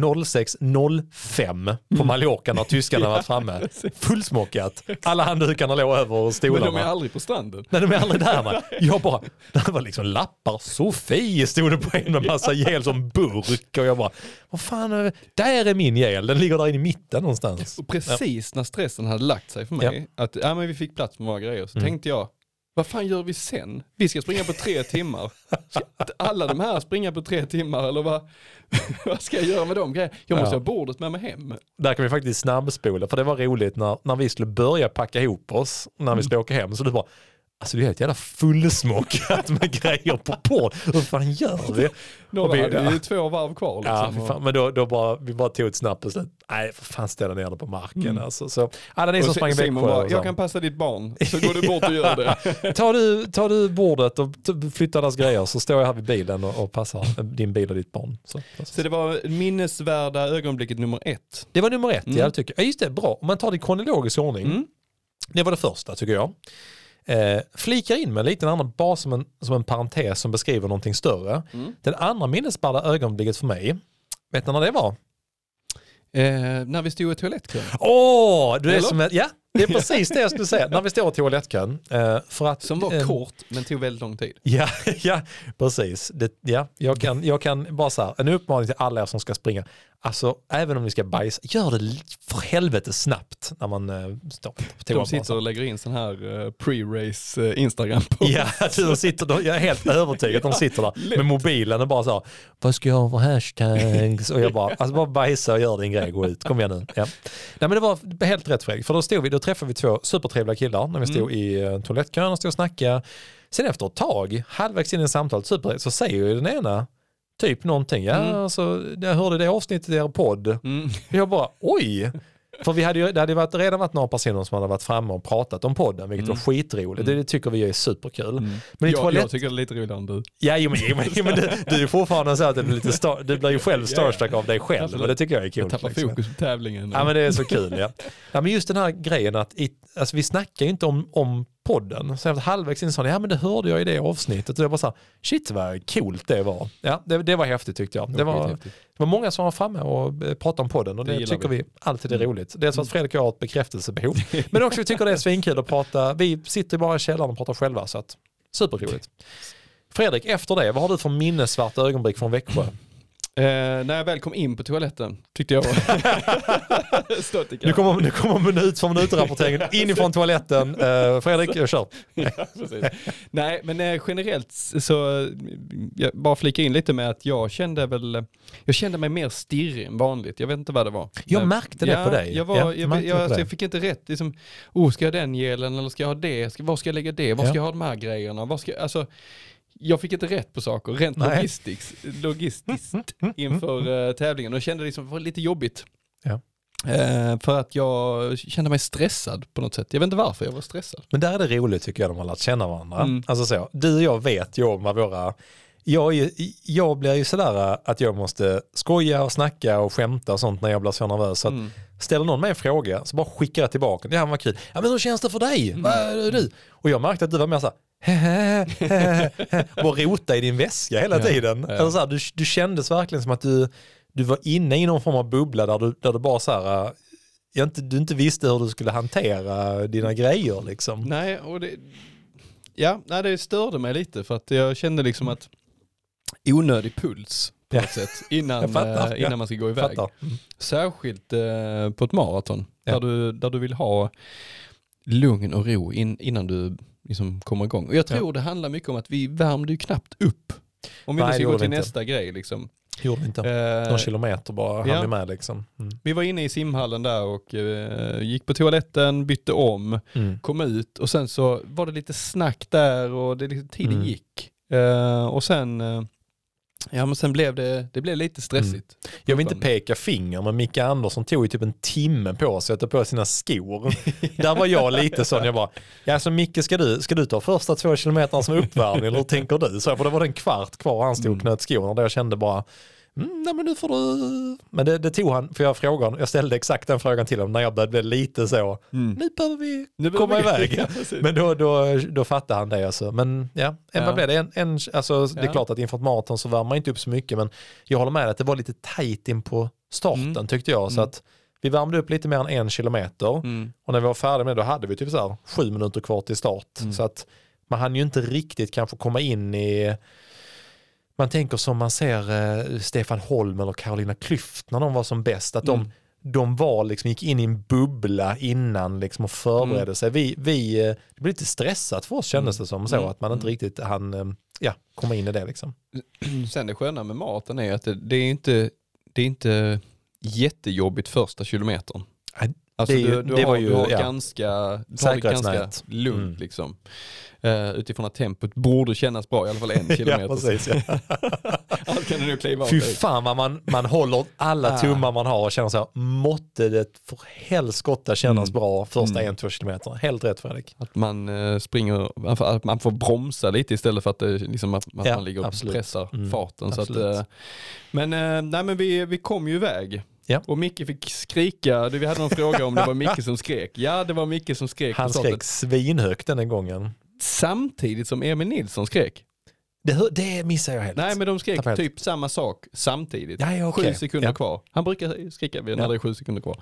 06.05 på Mallorca när tyskarna var framme. Fullsmockat. Alla handdukarna låg över stolarna. Men de är aldrig på stranden. Nej, de är aldrig där. Man. Det var liksom lappar. Sofie stod det på en med massa gel som burk. Och jag bara, vad fan, där är min gel. Den ligger där inne i mitten någonstans. Och precis när stressen hade lagt sig för mig, att men vi fick plats med våra grejer, så tänkte jag, vad fan gör vi sen? Vi ska springa på 3 timmar. Ska alla de här springa på 3 timmar? Eller vad ska jag göra med dem grejer? Jag måste ha bordet med mig hem. Där kan vi faktiskt snabbspola. För det var roligt när vi skulle börja packa ihop oss. När vi skulle åka hem. Så det var, alltså det är helt jävla fullsmockat med grejer på bord. Hur fan gör vi? Det är ju 2 varv kvar. Liksom. Ja, fan, men vi bara tog ett snabbt beslut. Nej, för fan ställa ner det på marken. Alltså, så, alla ni som sprang i Växjö. Jag kan passa ditt barn, så går du bort och gör det. tar du bordet och flyttar deras grejer, så står jag här vid bilen och passar din bil och ditt barn. Så det var minnesvärda ögonblicket nummer 1. Det var nummer 1, jag tycker. Ja, just det, bra. Om man tar det i kronologisk ordning. Det var det första, tycker jag. Flikar in med en liten annan, bara som en parentes som beskriver någonting större. Den andra minnesvärda ögonblicket för mig, vet ni när det var? När vi stod i toalettkön. Du är som det är precis det jag skulle säga. När vi står i toalettkön. Som var kort, men tog väldigt lång tid. Ja, precis. Jag kan bara så här, en uppmaning till alla er som ska springa. Alltså, även om ni ska bajsa, gör det för helvete snabbt när man står på toa. De sitter och lägger in sån här pre-race Instagram-post. Ja, jag är helt övertygad att de sitter där med mobilen och bara så här, vad ska jag ha för hashtags? Och jag bara bajsa och gör din grej, gå ut. Kom igen nu. Ja. Nej, men det var helt rätt, Fredrik. För då träffade vi 2 supertrevliga killar när vi stod i toalettkön och stod och snackade. Sen efter ett tag, halvvägs in i samtalet, så säger ju den ena typ någonting. Alltså, jag hörde det avsnittet i er podd. Jag bara, oj! För det hade redan varit några personer som hade varit framme och pratat om podden, vilket var skitroligt. Det tycker vi är superkul. Men jag tycker det är lite roligare än du. Ja, men du är fortfarande så att du blir ju själv starstruck av dig själv. Men det tycker jag är kul. Jag tappar fokus på tävlingen. Ja, men det är så kul. Ja, men just den här grejen att alltså, vi snackar ju inte om podden. Så efter halvvägs in sa han, ja men det hörde jag i det avsnittet. Och jag bara så här, shit vad coolt det var. Ja, det var häftigt tyckte jag. Det var många som var framme och pratade om podden och det tycker vi alltid är roligt. Det är så att Fredrik och jag har ett bekräftelsebehov. Men också vi tycker det är svinkul att prata. Vi sitter bara i källaren och pratar själva så att superroligt. Fredrik, efter det, vad har du för minnesvärt ögonblick från Växjö? När jag väl kom in på toaletten tyckte jag var... Nu kommer minut för minutrapporteringen inifrån toaletten. Fredrik, kör. Ja, nej, men generellt så jag bara flika in lite med att jag kände mig mer stirrig än vanligt. Jag vet inte vad det var. Jag märkte det på dig. Jag fick inte rätt. Liksom, ska jag ha den gelen eller ska jag ha det? Var ska jag lägga det? Var ska jag ha de här grejerna? Jag fick inte rätt på saker, rent logistiskt inför tävlingen. Och jag kände liksom att det var lite jobbigt. Ja. För att jag kände mig stressad på något sätt. Jag vet inte varför jag var stressad. Men där är det roligt tycker jag, de har lärt känna varandra. Alltså så, du och jag vet ju om vad våra... Jag blir ju sådär att jag måste skoja och snacka och skämta och sånt när jag blir så nervös. Så att ställer någon mig en fråga så bara skickar jag tillbaka. Det här var kul. Ja men hur känns det för dig? Vad är du? Och jag märkte att du var mer såhär och rota i din väska hela tiden. Eller så här, du kändes verkligen som att du var inne i någon form av bubbla där du bara så här, du inte visste hur du skulle hantera dina grejer liksom. Nej, och det störde mig lite för att jag kände liksom att onödig puls på något sätt innan man ska gå iväg. Särskilt på ett maraton där du vill ha lugn och ro innan du liksom kommer igång. Och jag tror det handlar mycket om att vi värmde ju knappt upp. Om vi nu ska gå till nästa grej liksom. Gjorde vi inte. Någon kilometer bara hann vi med liksom. Vi var inne i simhallen där och gick på toaletten, bytte om, kom ut och sen så var det lite snack där och tiden gick. Och sen sen blev det blev lite stressigt. Jag vill inte peka finger, men Micke Andersson tog ju typ en timme på sig att ta på sina skor. Där var jag lite sån, jag bara, så Micke, ska du ta första 2 kilometer som uppvärmning eller hur tänker du? Så för det var en kvart kvar och han stod och knöt skorna där jag kände bara, nej men nu får du... Men det tog han, för jag ställde exakt den frågan till honom när jag började bli lite så, nu behöver vi komma iväg. Men då fattade han det alltså. Men vad blev det? Det är klart att inför ett maraton så värmer man inte upp så mycket, men jag håller med att det var lite tajt in på starten tyckte jag, så att vi värmde upp lite mer än 1 kilometer och när vi var färdiga med det, då hade vi typ så här 7 minuter kvar till start. Så att man hann ju inte riktigt kanske komma in i... Man tänker som man ser Stefan Holm eller Carolina Klüft när de var som bäst, att de var liksom, gick in i en bubbla innan liksom och förberedde sig. Det blev lite stressat för oss kändes det som så att man inte riktigt hann komma in i det liksom. Sen det sköna med maten är att det är inte jättejobbigt första kilometern. Alltså du har ganska lugnt liksom. Utifrån att tempot borde kännas bra i alla fall 1 kilometer. Precis, Allt kan du nu kliva av. Fy fan vad man håller alla tummar man har och känner så här, måtte det för helskotta kännas bra första 1-2 kilometer. Helt rätt, Fredrik. Att man springer, att man får bromsa lite istället för att, liksom, att man ligger och pressar farten. Så att, men vi kom ju iväg. Ja. Och Micke fick skrika. Vi hade någon fråga om det var Micke som skrek. Ja, det var Micke som skrek. Han skrek svinhögt den gången. Samtidigt som Emil Nilsson skrek. Det missar jag helt. Nej, men de skrek typ samma sak samtidigt. Ja, okay. 7 sekunder kvar. Han brukar skrika när det är 7 sekunder kvar.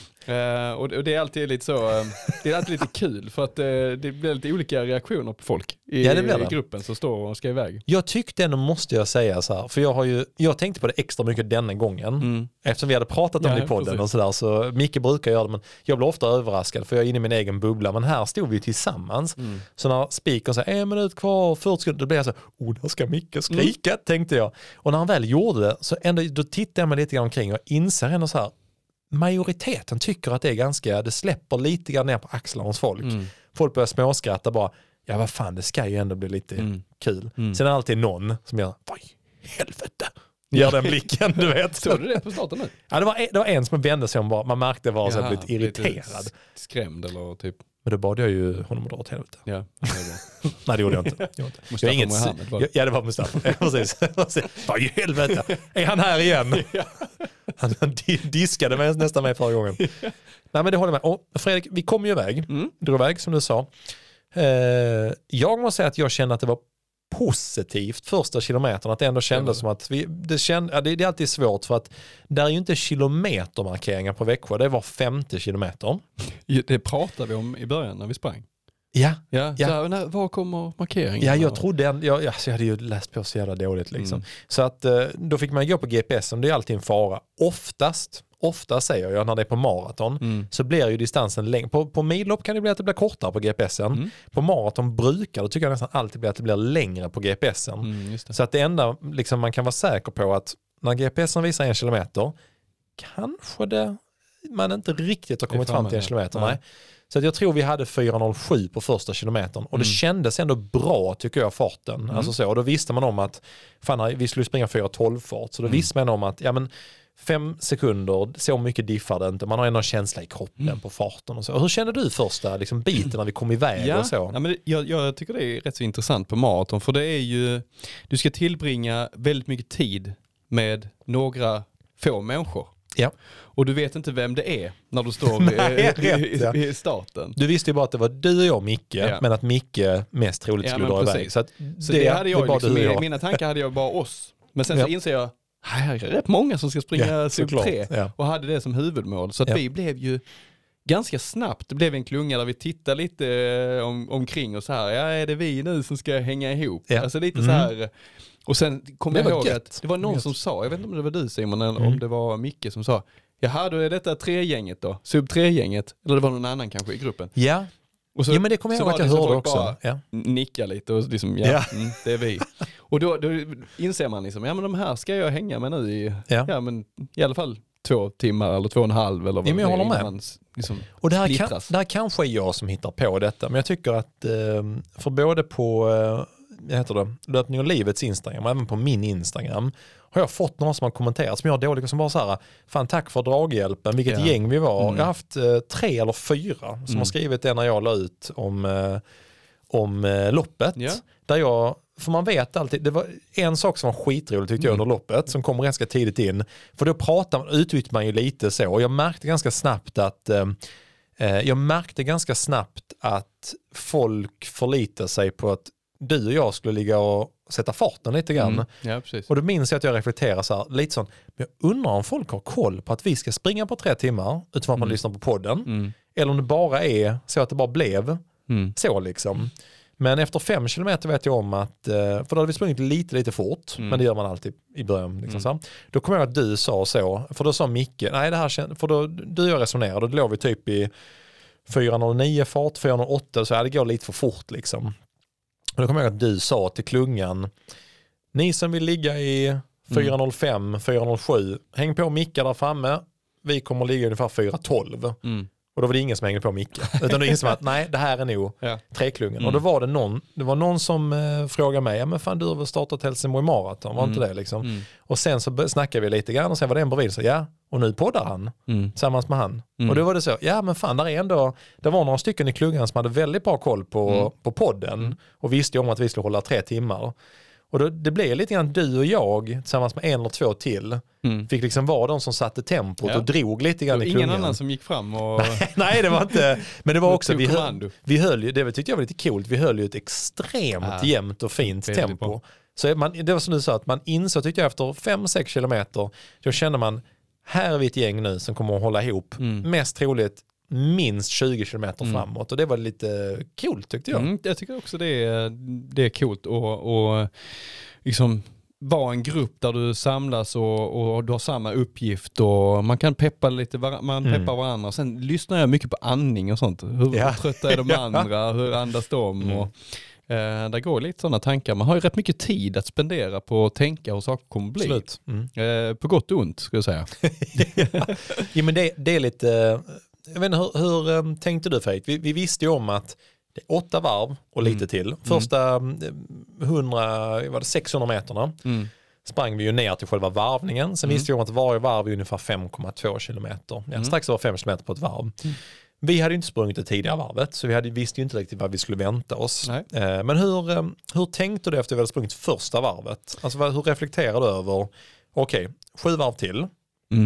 Och det är alltid lite så, det är alltid lite kul för att det blir lite olika reaktioner på folk i gruppen som står och ska iväg. Jag tyckte ändå, måste jag säga så här, för jag tänkte på det extra mycket denna gången eftersom vi hade pratat om det i podden och sådär, så Micke brukar göra det, men jag blir ofta överraskad för jag är inne i min egen bubbla, men här stod vi tillsammans så när speakern säger 1 minut kvar, 40 sekunder, då blir jag så då ska Micke skrika, tänkte jag, och när han väl gjorde det så ändå, då tittade jag mig lite grann omkring och inser ändå så här, majoriteten tycker att det är ganska, det släpper lite grann ner på axlarna hos folk. Folk börjar småskratta bara, ja vad fan, det ska ju ändå bli lite kul. Sen är det alltid någon som gör, vad i helvete, gör den blicken, du vet. Såg du det på starten nu? Ja, det var en som vände sig om bara, man märkte var så blivit irriterad. Skrämd eller typ. Men då bad jag ju honom att dra åt helvete. Ja, nej, det gjorde jag inte. Mustafa Mohamed var det. Ja, det var Mustafa. Precis. Vad i helvete, är han här igen? Han diskade mig nästan med förra gången. Nej, men det håller jag med. Och Fredrik, vi kom ju iväg. Drog iväg som du sa. Jag måste säga att jag kände att det var positivt första kilometern, att det ändå kändes som att det är alltid svårt för att där är ju inte kilometermarkeringar på Växjö, det var 50 kilometer. Det pratade vi om i början när vi sprang. Ja. Så, var kommer markeringen? Ja, jag trodde, jag hade ju läst på så jävla dåligt liksom. Så att då fick man gå på GPSen, det är alltid en fara. Ofta säger jag när det är på maraton så blir ju distansen längre. På millopp kan det bli att det blir kortare på GPSen. På maraton då tycker jag nästan alltid blir att det blir längre på GPSen. Så att det enda liksom, man kan vara säker på att när GPSen visar 1 kilometer kanske man inte riktigt har kommit fram till 1 kilometer. Nej. Så att jag tror vi hade 4.07 på första kilometern. Och det kändes ändå bra tycker jag farten. Alltså så, och då visste man om att vi skulle springa 4.12 fart. Så då visste man om att 5 sekunder, så mycket diffar det inte. Man har ändå en känsla i kroppen på farten och så. Och hur kände du första biten när vi kom iväg och så? Ja, men jag tycker det är rätt så intressant på maraton. För det är ju, du ska tillbringa väldigt mycket tid med några få människor. Ja. Och du vet inte vem det är när du står i starten. Du visste ju bara att det var du och jag, Micke, men att Micke mest troligt skulle dra iväg. Så det hade jag liksom, i mina tankar hade jag bara oss. Men sen så inser jag, här är rätt många som ska springa sub 3 och hade det som huvudmål. Så att vi blev ju ganska snabbt, det blev en klunga där vi tittade lite omkring och så här, är det vi nu som ska hänga ihop? Alltså lite så här. Och sen kom jag ihåg att det var någon som sa, jag vet inte om det var du Simon eller om det var Micke som sa, jaha då är detta 3-gänget då, sub 3-gänget, eller det var någon annan kanske i gruppen. Ja. Och så, men det kommer jag ihåg att jag hörde också. Nicka lite och liksom, det är vi. Och då inser man liksom, men de här ska jag hänga med nu i alla fall 2 timmar eller 2,5 eller vad men jag håller med. Man, liksom, och det här kanske är jag som hittar på detta, men jag tycker att för både på Löpning och livets Instagram och även på min Instagram har jag fått någon som har kommenterat som jag har dåligt som bara så här, fan tack för draghjälpen, vilket gäng vi var. Jag har haft 3 eller 4 som har skrivit det när jag la ut om loppet. Där jag, för man vet alltid, det var en sak som var skitroligt tyckte jag under loppet som kom ganska tidigt in. För då utbyter man ju lite så och jag märkte ganska snabbt att folk förlitar sig på att du och jag skulle ligga och sätta farten lite grann. Ja, precis. Och då minns jag att jag reflekterar så här, lite sån, men jag undrar om folk har koll på att vi ska springa på 3 timmar utifrån att man lyssnar på podden. Eller om det bara är så att det bara blev så liksom. Men efter 5 kilometer vet jag om att, för då hade vi sprungit lite fort, men det gör man alltid i början. Liksom så. Då kommer jag att du sa så, för då sa Micke, nej det här för då du och jag resonerade, då låg vi typ i 4.09 fart, 4.08, så det går lite för fort liksom. Och då kommer jag att du sa till klungan, ni som vill ligga i 4.05, 4.07, häng på Micke där framme, vi kommer ligga ungefär 4.12. Och då var det ingen som hängde på Micke. Utan då insåg man att nej, det här är nog 3-klungan. Och då var det någon som frågade mig, men fan du har väl startat Helsingborg Marathon, var inte det liksom? Och sen så snackade vi lite grann och sen var det en bredvid så och nu poddar han tillsammans med han. Och då var det så, men fan det var några stycken i klungan som hade väldigt bra koll på podden och visste om att vi skulle hålla 3 timmar. Och då, det blev lite grann du och jag tillsammans med 1 eller 2 till fick liksom vara de som satte tempot och drog lite grann i klungan. Ingen annan som gick fram och... Nej, det var inte... Men det var också... Vi höll ju, det tyckte jag var lite coolt, vi höll ju ett extremt jämnt och fint tempo. Bra. Så det var som du sa, att man insåg, tyckte jag, efter 5-6 kilometer, då kände man, här är vi ett gäng nu som kommer att hålla ihop. Mest troligt minst 20 kilometer framåt. Och det var lite coolt tyckte jag. Jag tycker också det är coolt och liksom vara en grupp där du samlas och du har samma uppgift och man kan peppa lite, man peppar varandra. Sen lyssnar jag mycket på andning och sånt. Hur trötta är de andra? Hur andas de? Och, där går lite sådana tankar. Man har ju rätt mycket tid att spendera på att tänka hur saker kommer bli. På gott och ont skulle jag säga. Ja, men det är lite... Jag vet inte, hur tänkte du Fredrik? Vi visste ju om att det är 8 varv och lite till. Första 600 meterna sprang vi ju ner till själva varvningen. Sen visste jag om att varje varv är ungefär 5,2 kilometer. Strax över 5 kilometer på ett varv. Vi hade ju inte sprungit det tidigare varvet så vi visste ju inte riktigt vad vi skulle vänta oss. Men hur tänkte du efter att vi hade sprungit första varvet? Alltså hur reflekterade du över 7 varv till.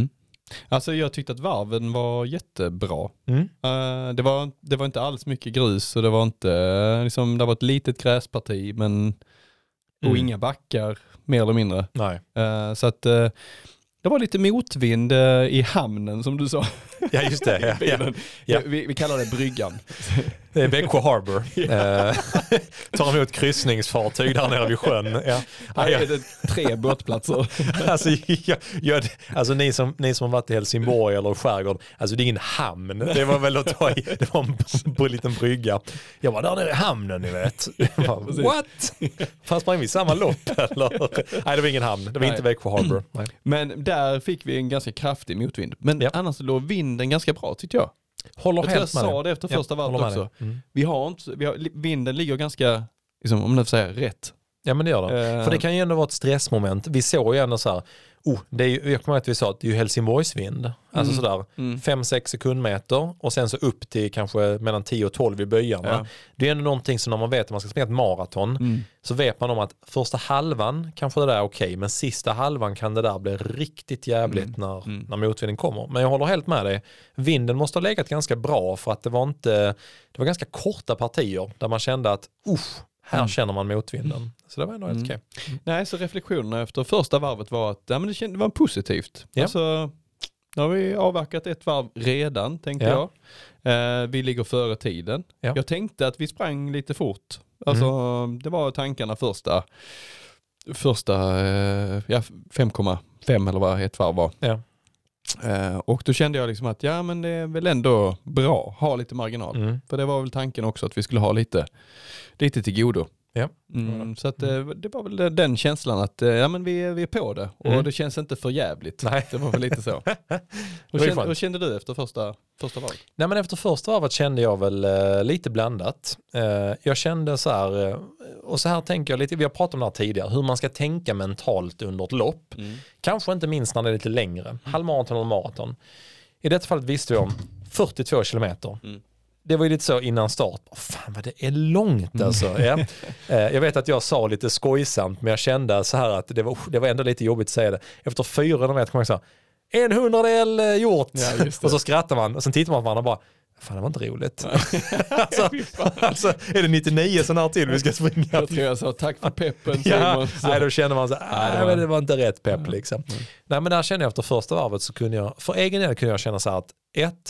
Alltså jag tyckte att varven var jättebra. Mm. Det var inte alls mycket grus och det var inte liksom, det var ett litet gräsparti men och inga backar mer eller mindre. Nej. Så att det var lite motvind i hamnen som du sa. Ja, just det. Ja. Vi kallar det bryggan. Det är Växjö Harbor. Tar emot kryssningsfartyg där nere vid sjön. Ja. Här är det 3 båtplatser. Alltså ni som har varit i Helsingborg eller skärgård, alltså det är ingen hamn. Det var väl att ta i, det var en liten brygga. Jag var där nere i hamnen, ni vet. What? Fanns man i samma lopp eller? Nej, det var ingen hamn. Det var inte Växjö Harbor. Nej. Men där fick vi en ganska kraftig motvind. Men annars så låg vinden ganska bra tyckte jag. Jag sa det efter första varvet också. Vinden ligger ganska, liksom, om man får säga rätt. Ja, men det gör det. För det kan ju ändå vara ett stressmoment. Vi såg ju ändå så här, det är ju, jag kommer ihåg att vi sa att det är ju Helsingborgsvind. Alltså sådär 5-6 sekundmeter och sen så upp till kanske mellan 10 och 12 i böjarna. Ja. Det är ändå någonting som när man vet att man ska springa ett maraton så vet man om att första halvan kanske det där är okej, men sista halvan kan det där bli riktigt jävligt när motvinden kommer. Men jag håller helt med dig. Vinden måste ha legat ganska bra för att det var ganska korta partier där man kände att här känner man motvinden. Så det var ändå helt okej. Nej, så reflektionerna efter första varvet var att det var positivt. Ja. Alltså, nu har vi avverkat ett varv redan, tänkte jag. Vi ligger före tiden. Ja. Jag tänkte att vi sprang lite fort. Alltså, det var tankarna första 5,5 eller vad ett varv var. Ja. Och då kände jag liksom att men det är väl ändå bra ha lite marginal. För det var väl tanken också att vi skulle ha lite till godo. Ja. Så att det var väl den känslan att men vi är på det och det känns inte för jävligt. Nej. Det var väl lite så. Hur kände du efter första varvet? Nej, men efter första varvet kände jag väl lite blandat. Jag kände så här, och så här tänker jag lite, vi har pratat om det här tidigare, hur man ska tänka mentalt under ett lopp. Kanske inte minst när det är lite längre. Halvmaraton eller maraton. I detta fallet visste vi om 42 kilometer. Det var ju lite så innan start. Fan vad det är långt alltså. Ja. Jag vet att jag sa lite skojsamt, men jag kände så här att det var ändå lite jobbigt att säga det. Efter 400 meter kom jag så här, 100-del gjort. Ja, och så skrattar man och sen tittar man på varandra och bara, fan det var inte roligt. alltså är det 99 sån här till vi ska springa? Jag tror jag sa tack för peppen. Nej, då känner man så här, det var inte rätt pepp liksom. Nej, men där kände jag efter första varvet så kunde jag, för egen del kunde jag känna så här att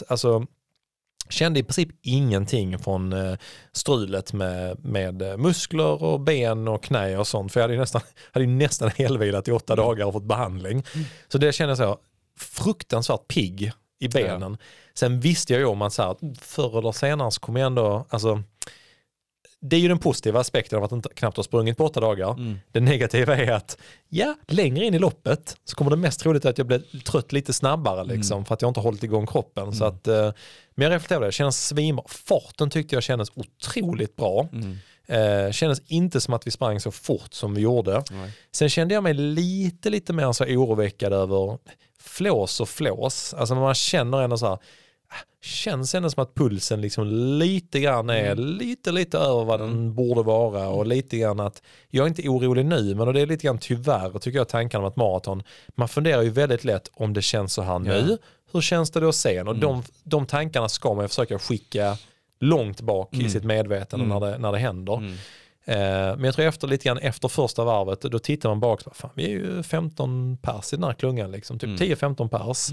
kände i princip ingenting från strulet med muskler och ben och knä och sånt. För jag hade ju nästan helvilat i 8 dagar och fått behandling. Så det kände jag så fruktansvärt pigg i benen. Ja. Sen visste jag ju om att så här, förr eller senare så kommer jag ändå, alltså, det är ju den positiva aspekten av att inte knappt ha sprungit på 8 dagar. Det negativa är att längre in i loppet så kommer det mest troligt att jag blir trött lite snabbare liksom, för att jag inte har hållit igång kroppen. Så att, men jag reflekterade, det kändes svinbra. Farten tyckte jag kändes otroligt bra. Kändes inte som att vi sprang så fort som vi gjorde. Sen kände jag mig lite mer så oroväckad över flås. Alltså man känner ändå så här, känns ändå som att pulsen liksom lite grann är lite över vad den borde vara och lite grann att jag är inte orolig nu, men det är lite grann tyvärr tycker jag tanken om ett maraton. Man funderar ju väldigt lätt om det känns så här nu. Hur känns det då sen? Och de tankarna ska man försöka skicka långt bak i sitt medvetande när det händer. Men jag tror efter första varvet då tittar man bak, fan, vi är ju 15 pers i den här klungan liksom, typ 10-15 pers.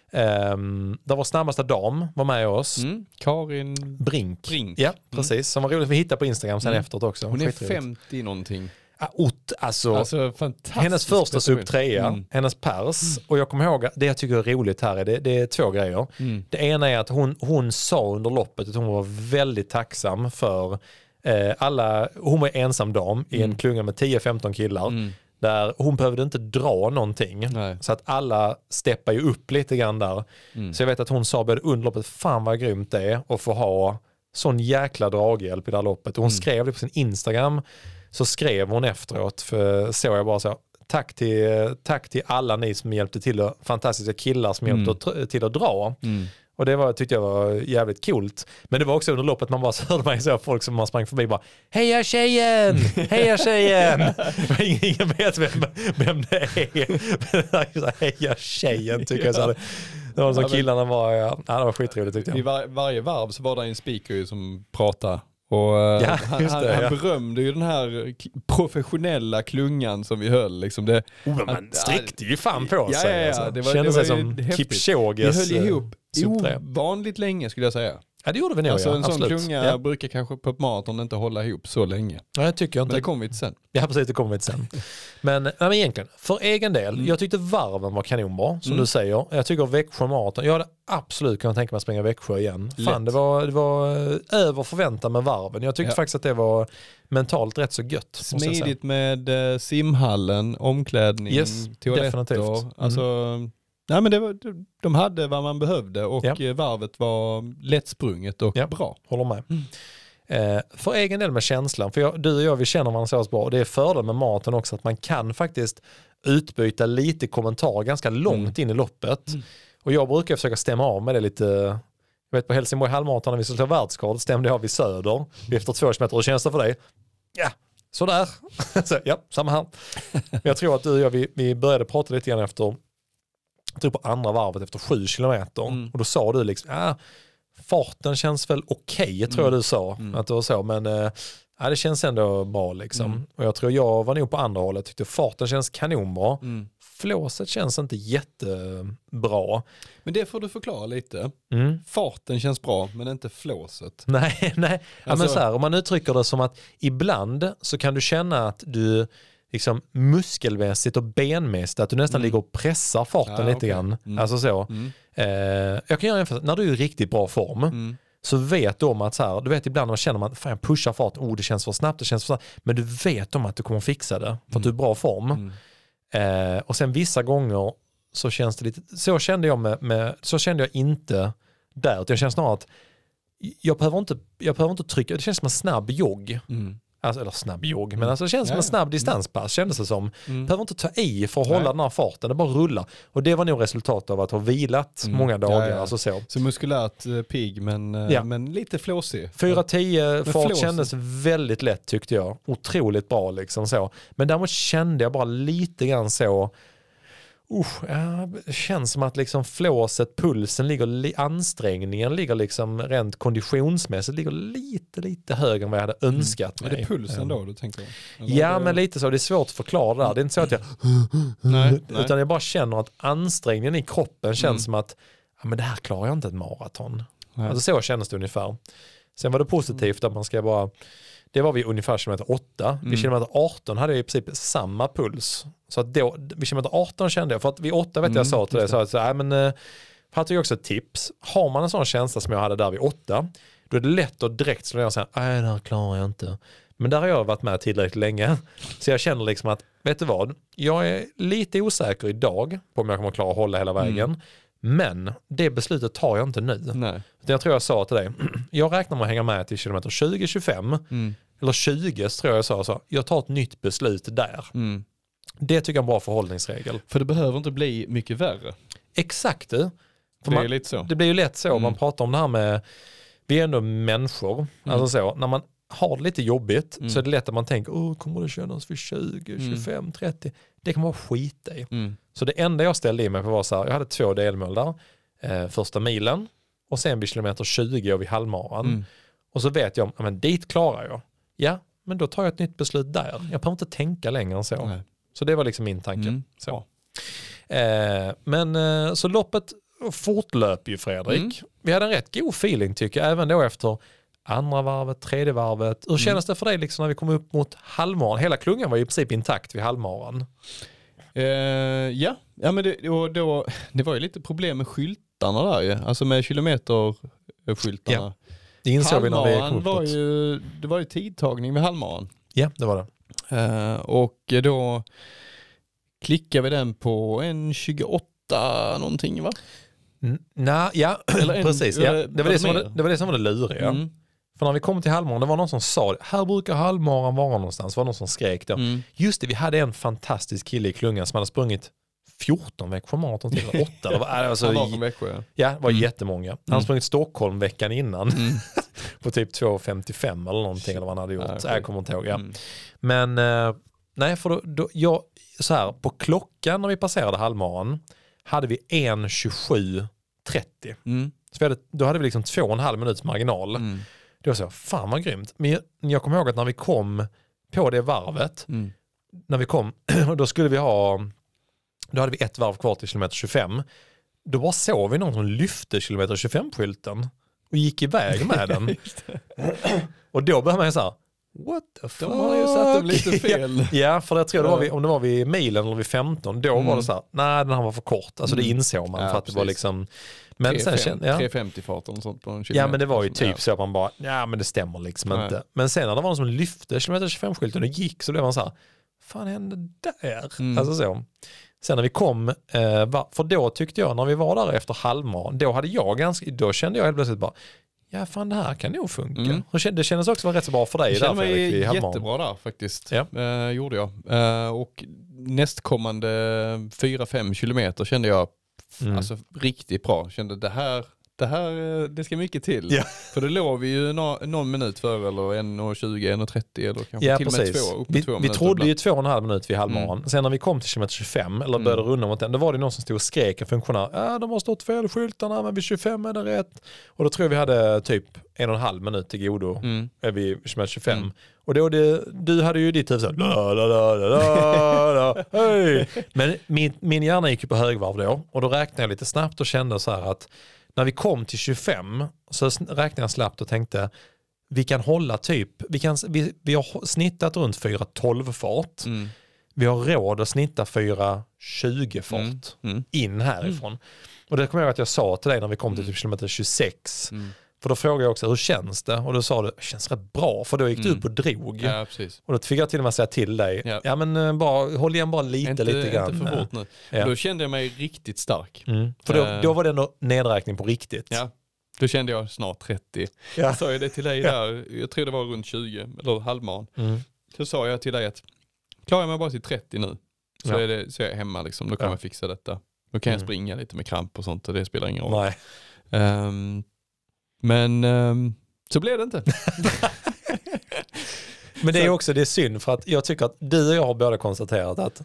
Där var snabbaste dam var med oss. Karin Brink. Ja, precis. Som var roligt. Vi hittade på Instagram sen efteråt också. Hon är 50 någonting. Alltså hennes första sub 3, hennes pers. Och jag kommer ihåg, det jag tycker är roligt här det är 2 grejer. Det ena är att hon sa under loppet att hon var väldigt tacksam för hon var ensam dam i en klunga med 10-15 killar. Där hon behövde inte dra någonting. Nej. Så att alla steppar ju upp lite grann där. Så jag vet att hon sa både under loppet, fan vad grymt det är att få ha sån jäkla draghjälp i det här loppet. Och hon skrev det på sin Instagram. Så skrev hon efteråt, för så jag bara så, tack till alla ni som hjälpte till, fantastiska killar som hjälpte till att dra. Och det tyckte jag var jävligt coolt. Men det var också under loppet man bara hörde mig så folk som man sprang förbi bara heja tjejen! Heja tjejen! Ingen vet vem det är. Heja tjejen tycker jag så här. Det var så killarna var, det var skitroligt tyckte jag. I varje varv så var det en speaker som pratade. Och han berömde ju den här professionella klungan som vi höll. Liksom det, man sträckte ju fan på sig. Ja, det kändes sig som Kipchoges. Vi höll ihop ovanligt länge skulle jag säga. Ja, det gjorde vi nog. Alltså en sån absolut. Klunga brukar kanske på ett maraton inte hålla ihop så länge. Ja, jag tycker inte. Men det kommer vi till sen. Ja, precis, det kommer vi till sen. Men egentligen, för egen del, jag tyckte varven var kanonbra, som du säger. Jag tycker Växjö maraton, jag hade absolut kunnat tänka mig att springa Växjö igen. Fan, det var över förväntan med varven. Jag tyckte faktiskt att det var mentalt rätt så gött. Smidigt med simhallen, omklädning, toaletter. Definitivt. Alltså... Nej, men de hade vad man behövde och varvet var lättsprunget och bra. Håller med. För egen del med känslan, för du och jag vi känner varandra så bra och det är fördel med maten också att man kan faktiskt utbyta lite kommentar ganska långt in i loppet. Och jag brukar försöka stämma av med det lite. Jag vet på Helsingborg halvmaraton när vi skulle slå världsrekord stämde jag av i Söder efter 2 kilometer. Hur känns det för dig? Ja, sådär. Så, ja, samma här. Men jag tror att du och jag vi började prata lite grann efter jag tror på andra varvet efter 7 kilometer. Och då sa du liksom, farten känns väl okej, tror jag du sa. Att det var så, men det känns ändå bra liksom. Och jag tror jag var nog på andra hållet. Tyckte farten känns kanonbra. Flåset känns inte jättebra. Men det får du förklara lite. Farten känns bra, men inte flåset. Nej. Alltså, ja, men så här, om man uttrycker det som att ibland så kan du känna att du liksom muskelmässigt och benmässigt att du nästan ligger och pressar farten lite grann. Alltså så. Jag kan göra en jämförelse. När du är i riktigt bra form så vet du om att så här, du vet ibland när man känner man fan jag pushar farten, det känns för snabbt, det känns för snabbt, men du vet om att du kommer fixa det för att du är i bra form. Och sen vissa gånger så känns det lite, så kände jag så kände jag inte där. Jag känner snarare att jag behöver inte trycka, det känns som en snabb jogg. Alltså, eller snabb jogg, men alltså det känns som en snabb distanspass, kändes det som. Behöver inte ta i för att hålla den här farten, det bara rullar. Och det var nog resultat av att ha vilat många dagar. Alltså så muskulärt pigg, men lite flåsig. 4:10 fart kändes väldigt lätt tyckte jag. Otroligt bra liksom så. Men däremot kände jag bara lite grann så det känns som att liksom flåset, pulsen ligger, ansträngningen ligger liksom rent konditionsmässigt ligger lite högre än vad jag hade önskat mig. Är det pulsen då du tänker? Men lite så. Det är svårt att förklara det här. Det är inte så att jag utan jag bara känner att ansträngningen i kroppen känns som att men det här klarar jag inte ett maraton. Alltså så känns det ungefär. Sen var det positivt att man ska bara det var vid ungefär kilometer 8. Vid kilometer 18 hade jag i princip samma puls. Så att då, vid kilometer 18 kände jag, för att vid 8 vet jag sa till dig, så hade jag också ett tips. Har man en sån känsla som jag hade där vid 8, då är det lätt att direkt slå ner och säga, nej det här klarar jag inte. Men där har jag varit med tillräckligt länge. Så jag känner liksom att, vet du vad? Jag är lite osäker idag på om jag kommer att klara att hålla hela vägen. Men det beslutet tar jag inte nu. Nej. Jag tror jag sa till dig, jag räknar med att hänga med till kilometer 20-25 eller 20 tror jag sa så. Jag tar ett nytt beslut där. Det tycker jag är en bra förhållningsregel. För det behöver inte bli mycket värre. Exakt. Det blir ju lätt så. Man pratar om det här med, vi är ändå människor. Alltså så, när man har det lite jobbigt så är det lätt att man tänker, kommer det kännas vid 20, 25, 30? Det kan man skita i. Så det enda jag ställde i mig på var så här, jag hade 2 delmål där. Första milen och sen vid kilometer 20 och vid halvmaran. Och så vet jag, men dit klarar jag. Ja, men då tar jag ett nytt beslut där. Jag behöver inte tänka längre än så. Så det var liksom min tanke. Så. Så loppet fortlöp ju Fredrik. Vi hade en rätt god feeling tycker jag, även då efter andra varvet, tredje varvet. Hur kändes det för dig liksom när vi kom upp mot halvmaran? Hela klungan var ju i princip intakt vid halvmaran. Men det var ju lite problem med skyltarna där ju. Alltså med kilometerskyltarna. Ja. Det insåg vi när vi kom det var ju tidtagning vid halvmaran. Ja, det var det. Och då klickade vi den på 1:28 någonting va? Precis. Det var det som var det luriga. För när vi kom till halvmaran, det var någon som sa det. Här brukar halvmaran vara någonstans. Det var någon som skrek då. Just det, vi hade en fantastisk kille i klungan som hade sprungit 14 Växjö maraton till 8. Det var, alltså, Han var från Växjö, ja. Ja, det var jättemånga. Han sprungit Stockholm veckan innan. På typ 2.55 eller någonting. Eller vad han hade gjort. Okay. Jag kommer inte ihåg. Ja. Men nej, för då jag, så här, på klockan när vi passerade halvmaran hade vi 1.27.30. Så då hade vi liksom 2,5 minuters marginal. Det var så, fan vad grymt. Men jag kommer ihåg att när vi kom på det varvet, när vi kom, då hade vi ett varv kvar till kilometer 25. Då bara såg vi någon som lyfte kilometer 25-skylten och gick iväg med den. Och då började man ju så här, what the fuck? De har ju satt dem lite fel. Ja, för jag tror det var om det var vid milen eller vid 15, då var det så här, nej, den här var för kort. Alltså det insåg man, för att det var liksom... Men 3.50 fart och sånt på en kilometer. Ja, men det var ju typ så att man bara, ja men det stämmer liksom inte. Men sen när det var någon som lyfte kilometer 25-skylten och gick, så blev man så här, fan hände där? Alltså så. Sen när vi kom, för då tyckte jag när vi var där efter halvmaran, då kände jag helt plötsligt bara, ja fan det här kan nog funka. Och det kändes också rätt så bra för dig. Jag kände mig jättebra där faktiskt. Ja. Gjorde jag. Och nästkommande 4-5 kilometer kände jag alltså riktigt bra. Kände det ska mycket till. Yeah. För det låg vi ju någon minut före, eller 1.20, 1.30 eller kanske till och med 2 vi trodde ju 2,5 minuter vid halvmaran. Sen när vi kom till kilometer 25 eller började runda mot den, då var det någon som stod och skrek en funktionär, de har stått fel skyltarna, men vid 25 är det rätt. Och då tror jag vi hade typ 1,5 minut till godo vid kilometer 25. Och då du hade ju ditt huvud så hej. Men min hjärna gick ju på högvarv då, och då räknade jag lite snabbt och kände så här att när vi kom till 25 så räknade jag slappt och tänkte, vi kan hålla typ, vi har snittat runt 4.12 fart. Vi har råd att snitta 4.20 fart in härifrån. Och det kommer jag att jag sa till dig när vi kom till typ kilometer 26. För då frågade jag också, hur känns det? Och då sa du, det känns rätt bra. För då gick du upp och drog. Ja, precis. Och då fick jag till och med säga till dig, ja men håll igen bara lite grann. Inte för fort nu. Ja. Då kände jag mig riktigt stark. För då var det ändå nedräkning på riktigt. Ja, då kände jag snart 30. Ja. Jag sa ju det till dig där, jag tror det var runt 20, eller halvman. Så sa jag till dig att, klarar jag mig bara till 30 nu, så är jag hemma liksom. Då kan jag fixa detta. Då kan jag springa lite med kramp och sånt, och det spelar ingen roll. Nej. Men så blev det inte. Men det är också, det är synd, för att jag tycker att du och jag har båda konstaterat att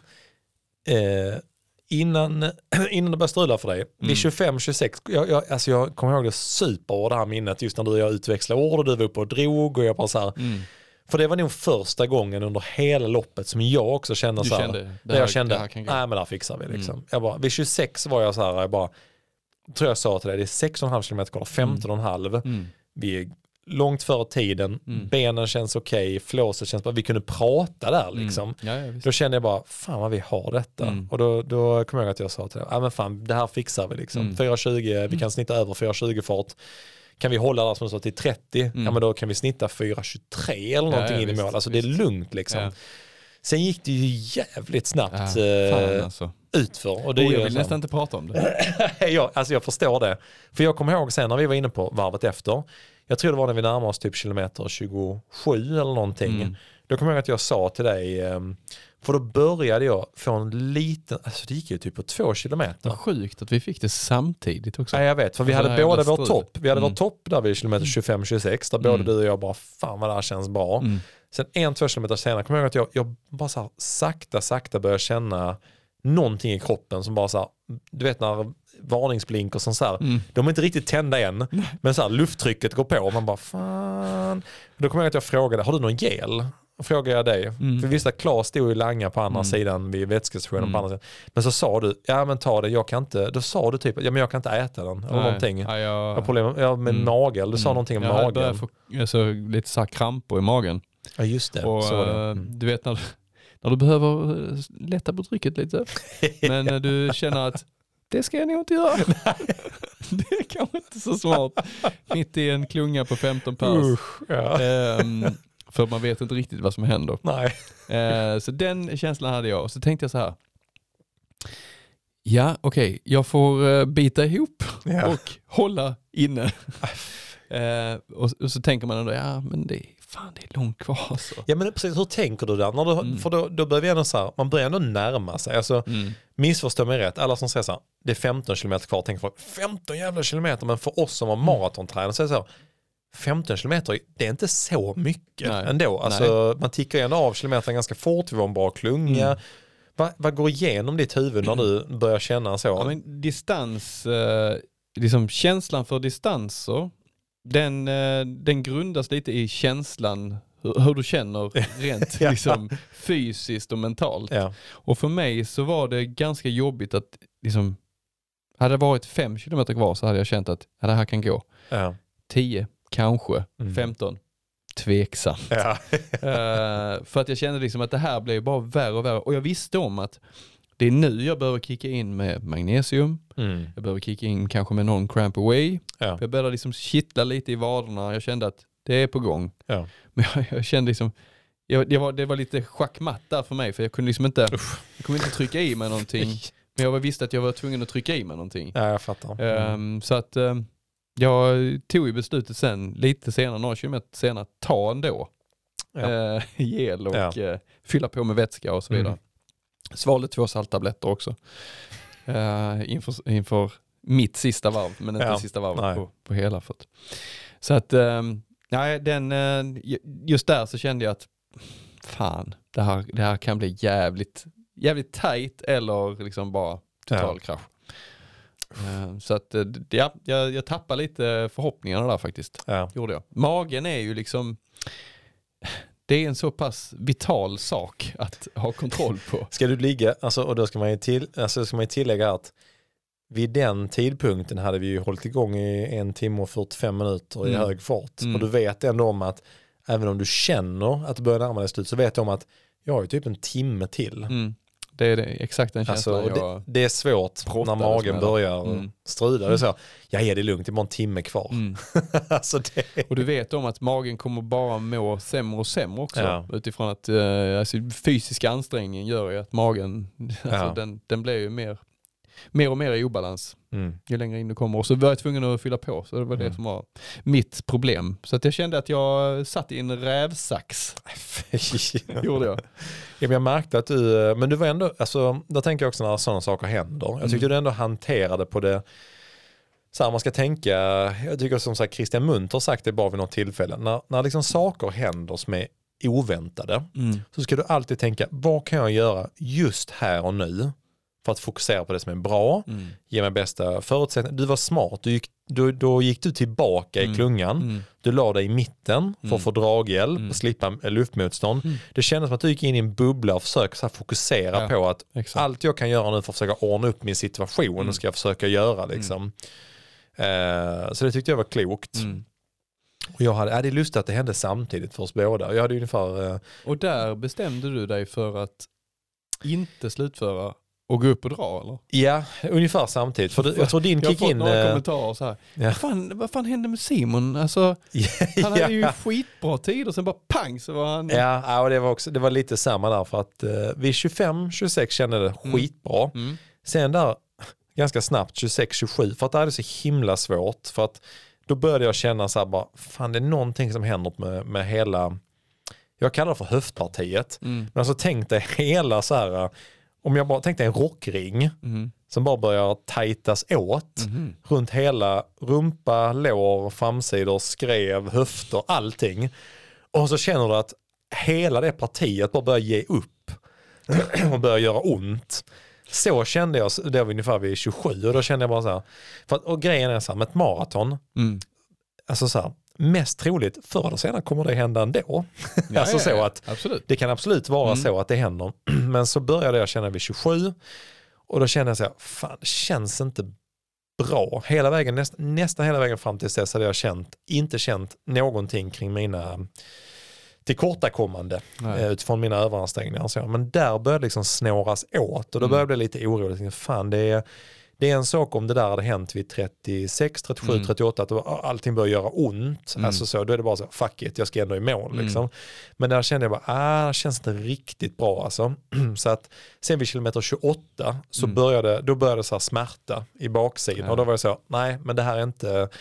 innan det började strula för dig, vid 25-26, jag kommer ihåg det super, det här minnet just när du och jag utväxlade ord och du var uppe och drog och jag bara så här, för det var nog första gången under hela loppet som jag också kände så här, jag kände, nej men där fixar vi liksom. Jag bara, vid 26 var jag så här, jag bara, tror jag sa till dig, det är 6,5 kilometer kvar, 15,5. Vi är långt före tiden, benen känns okej, flåset känns bra, vi kunde prata där liksom. Då kände jag bara, fan vad vi har detta. Och då kommer jag att jag sa till dig, men fan, det här fixar vi liksom. 4,20, vi kan snitta över 4,20 fart. Kan vi hålla där som så till 30, ja men då kan vi snitta 4,23 eller någonting in i mål. Alltså det är lugnt liksom. Sen gick det ju jävligt snabbt utför. Och det jag vill nästan inte prata om det. Jag förstår det. För jag kommer ihåg sen när vi var inne på varvet efter. Jag tror det var när vi närmade oss typ kilometer 27 eller någonting. Då kommer jag ihåg att jag sa till dig, för då började jag få en liten, alltså det gick ju typ på 2 kilometer. Vad sjukt att vi fick det samtidigt också. Ja, jag vet, för vi hade båda vår topp. Vi hade vår topp där vid kilometer 25-26, där både du och jag bara, fan vad det här känns bra. Sen 1-2 kilometer senare kommer jag ihåg att jag bara så här, sakta började känna någonting i kroppen som bara så här, du vet när varningsblinkar som så här, de är inte riktigt tända än, men så här, lufttrycket går på och man bara, fan. Då kommer jag att jag frågade, har du någon gel? Och frågade jag dig. För visst att Claes stod i Langa på andra sidan vid vätskestationen på andra sidan. Men så sa du, ja men ta det, jag kan inte. Då sa du typ, ja men jag kan inte äta den. Eller någonting. Jag har problem med magen. Du sa någonting om magen. Jag började få lite så här krampor i magen. Ja just det. Och du vet när du behöver lätta på trycket lite. Men du känner att det ska jag nog inte göra. Det är kanske inte så smart. Mitt i en klunga på 15 pers. För man vet inte riktigt vad som händer. Nej. Så den känslan hade jag. Och så tänkte jag så här. Ja, okej. Jag får bita ihop och hålla inne. Och så tänker man ändå, ja men det är fan det är långt kvar alltså. Ja men precis, hur tänker du där? När du, för då börjar vi ändå så här, man börjar ändå närma sig. Alltså, missförstå mig rätt, alla som säger så här, det är 15 kilometer kvar, tänker folk, 15 jävla kilometer, men för oss som har maratontränare så är det så, 15 kilometer, det är inte så mycket ändå. Alltså, man tickar ändå av kilometer ganska fort, vi var en bra klunga. Vad går igenom ditt huvud när du börjar känna så? Ja, men distans, liksom känslan för distanser, den grundas lite i känslan, hur du känner rent liksom, fysiskt och mentalt. Ja. Och för mig så var det ganska jobbigt att liksom, hade det varit 5 kilometer kvar så hade jag känt att det här kan gå. Ja. 10, kanske, 15. Tveksamt. Ja. För att jag kände liksom att det här blev bara värre och värre. Och jag visste om att det är nu jag behöver kicka in med magnesium. Jag behöver kicka in kanske med någon cramp away. Ja. Jag började liksom kittla lite i vaderna. Jag kände att det är på gång. Ja. Men jag kände liksom det var lite schackmatt där för mig. För jag kunde liksom inte jag kunde inte trycka i mig någonting. Men jag visste att jag var tvungen att trycka i mig någonting. Ja, jag fattar. Så att jag tog ju beslutet sen lite senare, några kilometer senare, ta ändå gel och fylla på med vätska och så vidare. Svalde 2 salttabletter också inför mitt sista varv, men inte sista varvet på hela fot. Så att just där så kände jag att fan, det här kan bli jävligt tajt eller liksom bara total krasch. Så att jag tappar lite förhoppningarna där faktiskt. Gjorde jag. Magen är ju liksom, det är en så pass vital sak att ha kontroll på. Ska du ligga, alltså, och då ska man ju tillägga att vid den tidpunkten hade vi ju hållit igång i 1 timme och 45 minuter i hög fart. Och du vet ändå om att även om du känner att du börjar närma dig slut, så vet du om att jag har ju typ en timme till. Det är exakt den känslan. Alltså, det är svårt när magen börjar struda. Det är så, det är lugnt, det är bara en timme kvar. Alltså och du vet om att magen kommer bara må sämre och sämre också. Utifrån att fysiska ansträngningen gör ju att magen den blir ju mer och mer i obalans ju längre in du kommer. Och så var jag tvungen att fylla på. Så det var det som var mitt problem. Så att jag kände att jag satt i en rävsax. Gjorde jag. Ja, men jag märkte att men du var ändå, alltså, då tänker jag också när sådana saker händer. Jag tyckte du ändå hanterade på det. Så här, man ska tänka, jag tycker som sagt Christian Munt har sagt det bara vid något tillfälle. När liksom saker händer som är oväntade, så ska du alltid tänka, vad kan jag göra just här och nu för att fokusera på det som är bra, ge mig bästa förutsättningar. Du var smart, då gick du tillbaka i klungan, du la dig i mitten för att få draghjälp och slippa luftmotstånd. Det kändes som att du gick in i en bubbla och försökte så här fokusera på att allt jag kan göra nu för att försöka ordna upp min situation ska jag försöka göra liksom. Så det tyckte jag var klokt. Och jag hade, det är lustigt att det hände samtidigt för oss båda. Jag hade ungefär... Och där bestämde du dig för att inte slutföra och gå upp och dra, eller? Ja, ungefär samtidigt. För jag tror din kick in... Jag har fått några kommentarer så här. Vad fan hände med Simon? Alltså, han hade ju skitbra tid och sen bara pang så var han... Ja, och det var lite samma där för att vid 25-26 kände det skitbra. Sen där ganska snabbt 26-27 för att det är så himla svårt. För att då började jag känna så här bara, fan det är någonting som händer med hela... Jag kallar det för höftpartiet. Men alltså tänk dig hela så här... Om jag bara tänkte en rockring som bara börjar tajtas åt runt hela rumpa, lår, framsidor, skrev, höfter, allting. Och så känner du att hela det partiet bara börjar ge upp och börjar göra ont. Så kände jag, det var ungefär vid 27 och då kände jag bara så här. Och grejen är så här, med ett maraton, alltså så här, mest troligt förr eller senare kommer det hända ändå. Alltså så att absolut. Det kan absolut vara så att det händer. Men så började jag känna vid 27 och då kände jag så här, fan det känns inte bra. Hela vägen, nästan hela vägen fram till dess hade jag inte känt någonting kring mina tillkortakommande utifrån mina överansträngningar. Så. Men där började det liksom snåras åt och då började jag bli lite orolig. Fan det är en sak om det där hade hänt vid 36, 37, 38 att allting börjar göra ont. Alltså så, då är det bara så, fuck it, jag ska ändå i mål. Liksom. Men där kände jag bara, det känns inte riktigt bra. Alltså. Så att sen vid kilometer 28 så började så här smärta i baksidan. Och då var jag så, nej men det här är inte...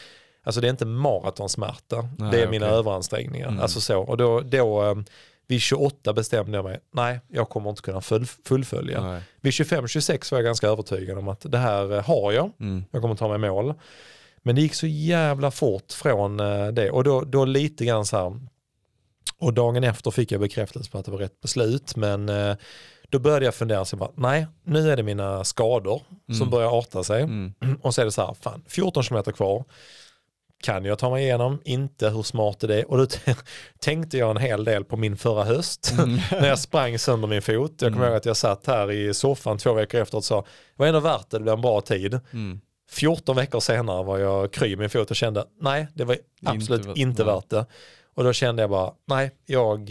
alltså det är inte maratonsmärta, Nej, det är mina överansträngningar. Alltså så, och då vid 28 bestämde jag mig, nej, jag kommer inte kunna fullfölja. Nej. Vid 25-26 var jag ganska övertygad om att det här har jag. Jag kommer ta mig mål. Men det gick så jävla fort från det. Och då lite grann så här. Och dagen efter fick jag bekräftelse på att det var rätt beslut. Men då började jag fundera sig bara, nej, nu är det mina skador som börjar arta sig. Och så är det så här, fan, 14 kilometer kvar. Kan jag ta mig igenom? Inte, hur smart är det? Och då tänkte jag en hel del på min förra höst. När jag sprang sönder min fot. Jag kommer ihåg att jag satt här i soffan 2 veckor efter och sa, det var ändå värt det blev en bra tid. 14 veckor senare var jag kry min fot och kände, nej, det var absolut inte värt det. Och då kände jag bara, nej, jag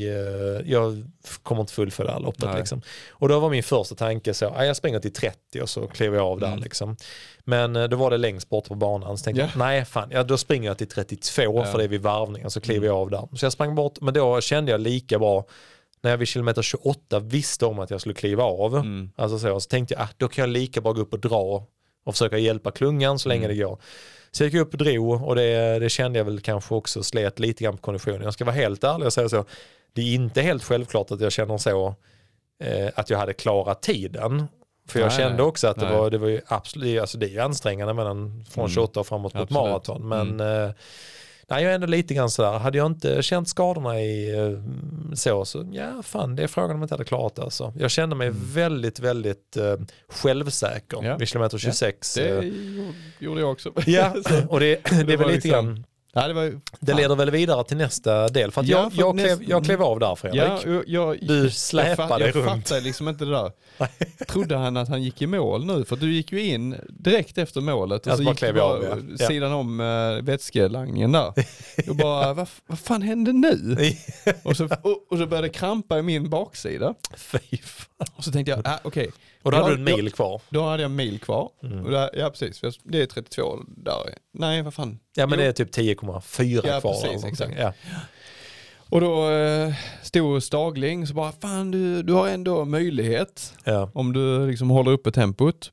kommer inte fullfölja loppet liksom. Och då var min första tanke så, jag springer till 30 och så kliver jag av där liksom. Men då var det längst bort på banan, så tänkte jag, nej fan, då springer jag till 32 för det är vid varvningen, så kliver jag av där. Så jag sprang bort, men då kände jag lika bra när jag vid kilometer 28 visste om att jag skulle kliva av. Alltså så tänkte jag, då kan jag lika bra gå upp och dra och försöka hjälpa klungan så länge det går. Så jag gick upp och drog och det kände jag väl kanske också slet lite grann på konditionen. Jag ska vara helt ärlig och säga så. Det är inte helt självklart att jag känner så att jag hade klarat tiden. För jag kände också att det var ju absolut, alltså det är ju ansträngande från 28 och framåt mot maraton. Men nej, jag är ändå lite grann sådär. Hade jag inte känt skadorna i så ja fan, det är frågan om jag inte hade klarat det. Alltså. Jag kände mig väldigt, väldigt självsäker vid kilometer 26. Det gjorde jag också. Ja, och det är väl lite grann. Ja, det leder väl vidare till nästa del. För att jag klev av där, Fredrik. Du släpade runt. Jag fattar liksom inte det där. Trodde han att han gick i mål nu? För du gick ju in direkt efter målet. Och så gick du bara sidan om vätskelangningen där. Och bara, vad fan hände nu? och så började det krampa i min baksida. Fy fan. Och så tänkte jag, okej. Och då hade du en mil kvar. Då hade jag en mil kvar. Och ja, precis. Det är 32 där. Nej, vad fan. Ja, men det är typ 10,4 kvar. Precis, exakt. Ja. Och då stod Stagling så bara, fan du har ändå möjlighet om du liksom håller uppe tempot.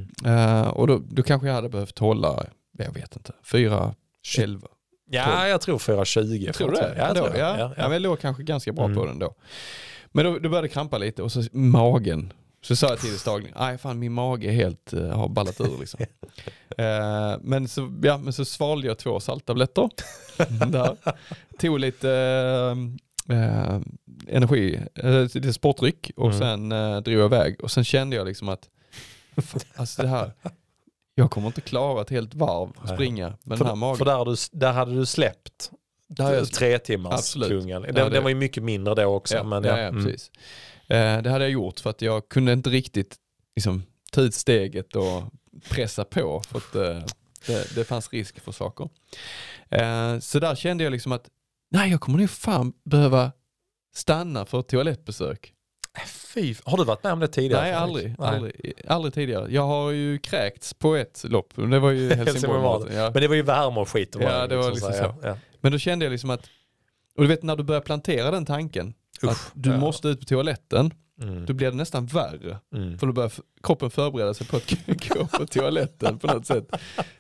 Och då kanske jag hade behövt hålla, jag vet inte, 4:11. Ja, jag tror 4:20. Tror du det? Ja, men jag låg kanske ganska bra på den då. Men då började det krampa lite och så magen. Så sa jag till Stagling, nej fan min mage helt har ballat ur liksom. Men så svalde jag 2 salttabletter. Där. Tog lite energi, lite sportdryck och sen drog jag iväg. Och sen kände jag liksom att alltså det här, jag kommer inte klara ett helt varv att springa med den här magen. För där hade du släppt 3 timmars klungan. Den var ju mycket mindre då också. Ja, men precis. Det hade jag gjort för att jag kunde inte riktigt liksom, ta ut steget och pressa på för att det fanns risk för saker. Så där kände jag liksom att nej, jag kommer nog fan behöva stanna för ett toalettbesök. Fy, har du varit med om det tidigare? Nej, aldrig tidigare. Jag har ju kräkts på ett lopp. Det var ju Helsingborg. Men det var ju värme och skit. Ja, det var liksom så. Ja. Men då kände jag liksom att, och du vet när du börjar plantera den tanken att du måste ut på toaletten, då blir det nästan värre. För då börjar kroppen förbereda sig på att gå på toaletten på något sätt.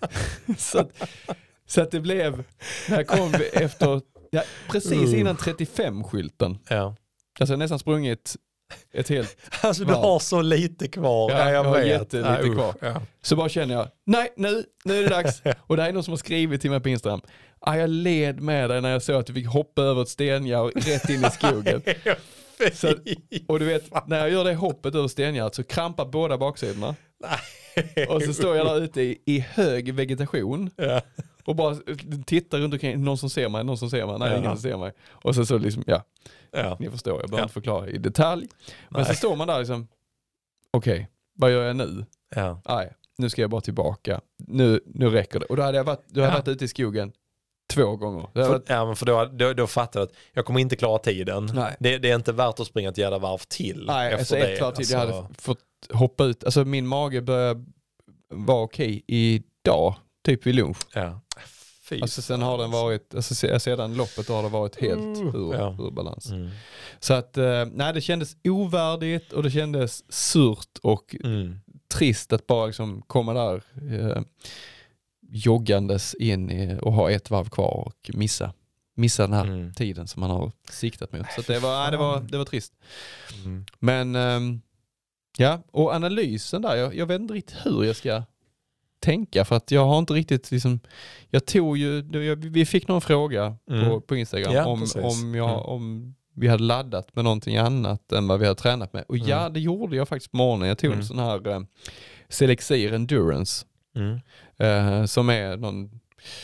så att det blev, när jag kom efter, precis innan 35-skylten. Ja. Alltså jag nästan sprungit ett helt... Alltså du har så lite kvar. Ja, jag har jättelite kvar. Ja. Så bara känner jag, nej nu är det dags. Och det är någon som har skrivit till mig på Instagram. Jag led med dig när jag såg att du fick hoppa över ett stengärd rätt in i skogen. Så, och du vet, när jag gör det hoppet över stengärd så krampar båda baksidorna. Och så står jag där ute i hög vegetation. Ja. Och bara tittar runt omkring, någon som ser mig, nej ingen som ser mig. Och så liksom, ni förstår, jag behöver inte förklara i detalj. Men så står man där liksom, okej, vad gör jag nu? Nej, nu ska jag bara tillbaka. Nu räcker det. Och då hade jag varit ute i skogen 2 gånger. Men för då fattar jag att jag kommer inte klara tiden. Det är inte värt att springa ett jävla varv till. Nej, alltså ett varv till. Jag hade fått hoppa ut. Alltså min mage börjar vara okej idag. Typ vid lunch. Ja. Alltså sen har den varit, alltså sedan loppet har det varit helt ur balans. Så att, nej det kändes ovärdigt och det kändes surt och trist att bara liksom komma där joggandes in och ha ett varv kvar och missa den här tiden som man har siktat mot. Så det var trist. Men och analysen där, jag vet inte riktigt hur jag ska tänka, för att jag har inte riktigt liksom, vi fick någon fråga på Instagram om vi hade laddat med någonting annat än vad vi hade tränat med. Och det gjorde jag faktiskt på morgonen. Jag tog en sån här Selexir Endurance som är någon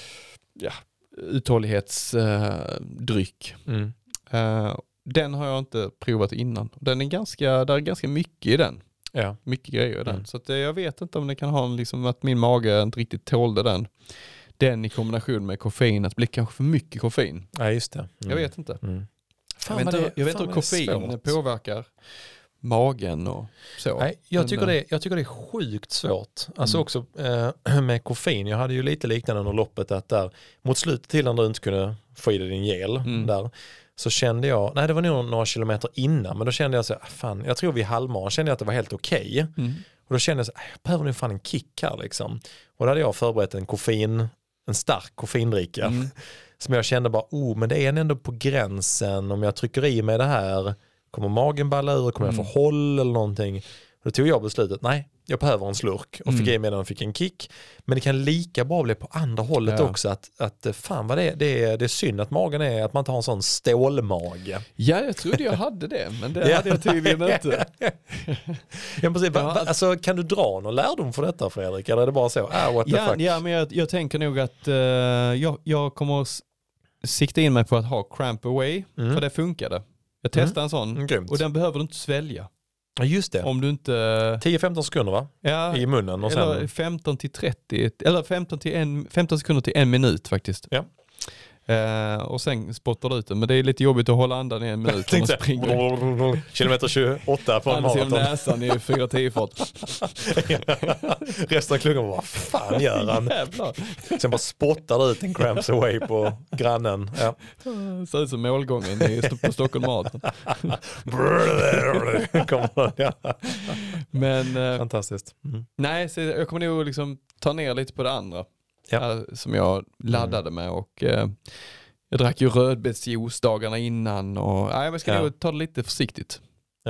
uthållighetsdryck. Den har jag inte provat innan. Där är ganska mycket i den. Ja. Mycket grejer i den. Så att jag vet inte om det kan ha liksom att min mage inte riktigt tålde den. Den i kombination med koffein, att bli kanske för mycket koffein. Ja, just det. Jag vet inte. Jag vet inte hur koffein påverkar magen och så. Nej, jag tycker det är sjukt svårt. Alltså också med koffein. Jag hade ju lite liknande under loppet, att där mot slutet till när du inte kunde få i dig din gel där, så kände jag, det var nog några kilometer innan, men då kände jag så fan, jag tror vid halvmaraton kände jag att det var helt okej. Och då kände jag så jag behöver nu fan en kick här liksom. Och då hade jag förberett en stark koffeindricka som jag kände bara, men det är ändå på gränsen, om jag trycker i mig det här, kommer magen balla ur, kommer jag få håll eller någonting. Och då tog jag beslutet, nej, jag behöver en slurk, och fick i mig den och fick en kick. Men det kan lika bra bli på andra hållet också, att fan vad det är synd att magen är, att man inte har en sån stålmage. Ja, jag trodde jag hade det, men det hade jag tydligen inte. Alltså, kan du dra någon lärdom för detta, Fredrik? Eller är det bara så? What the fuck? Ja, men jag tänker nog att jag kommer att sikta in mig på att ha cramp away, för det funkade. Jag testade en sån, och den behöver du inte svälja. Ja, just det. Om du inte 10-15 sekunder va? Ja, i munnen och eller sen 15 till 30 eller 15 sekunder till 1 minut faktiskt. Ja. Och sen spottar du ut den, men det är lite jobbigt att hålla andan i 1 minut när man springer. Kilometer 28 på en maraton. Genom näsan i 4-10 fart. Resten av klungan, vad fan gör han? Sen bara spottar ut en cramps away på grannen. Ja. Ser ut som målgången på Stockholm Marathon. Men fantastiskt. Nej, så jag kommer nog liksom ta ner lite på det andra. Som jag laddade med, och jag drack ju rödbetsjuice dagarna innan, och jag ska nog ta det lite försiktigt.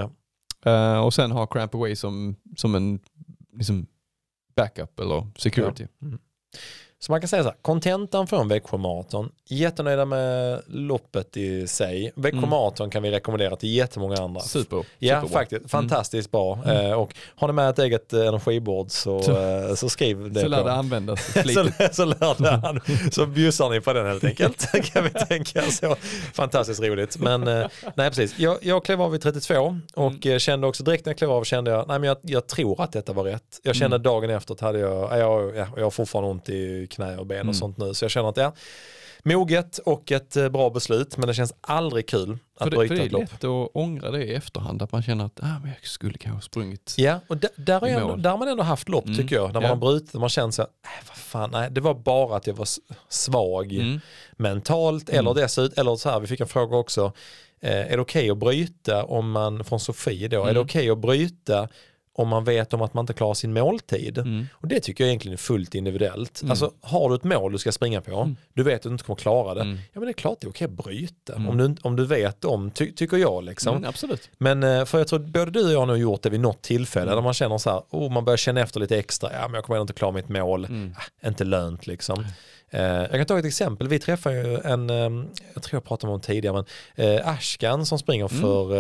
Och sen ha cramp away som en liksom backup eller security. Så man kan säga så här, kontentan från Växjö Marathon, jättenöjda med loppet i sig. Växjö Marathon kan vi rekommendera till jättemånga andra. Superbra. Faktiskt. Fantastiskt bra. Och har ni med ett eget energibord så skriv det. Så lär det användas flitigt. så bjussar ni på den helt enkelt. Kan vi tänka så. Fantastiskt roligt. Men nej, precis. Jag klev av vid 32 och kände också direkt när jag klev av jag tror att detta var rätt. Jag kände dagen efter att jag har fortfarande ont i knä och ben och sånt nu. Så jag känner att moget och ett bra beslut, men det känns aldrig kul att bryta ett lopp. Det är lätt att ångra det i efterhand, att man känner att men jag skulle kanske ha sprungit. Ja, och där har man ändå haft lopp tycker jag, när man har brutit och man känner så vad fan, nej, det var bara att jag var svag mentalt eller dessutom, eller så här, vi fick en fråga också, är det okej att bryta om man, från Sofie då, är det okej att bryta om man vet om att man inte klarar sin måltid. Och det tycker jag egentligen är fullt individuellt. Alltså, har du ett mål du ska springa på, du vet att du inte kommer klara det, ja men det är klart det är okej att bryta. Om du vet om, tycker jag liksom. Absolut. Men för jag tror både du och jag har nog gjort det vid något tillfälle där man känner så här, man börjar känna efter lite extra, men jag kommer inte klara mitt mål. Inte lönt liksom. Jag kan ta ett exempel. Vi träffar ju jag tror jag pratade om tidigare, men Ashkan som springer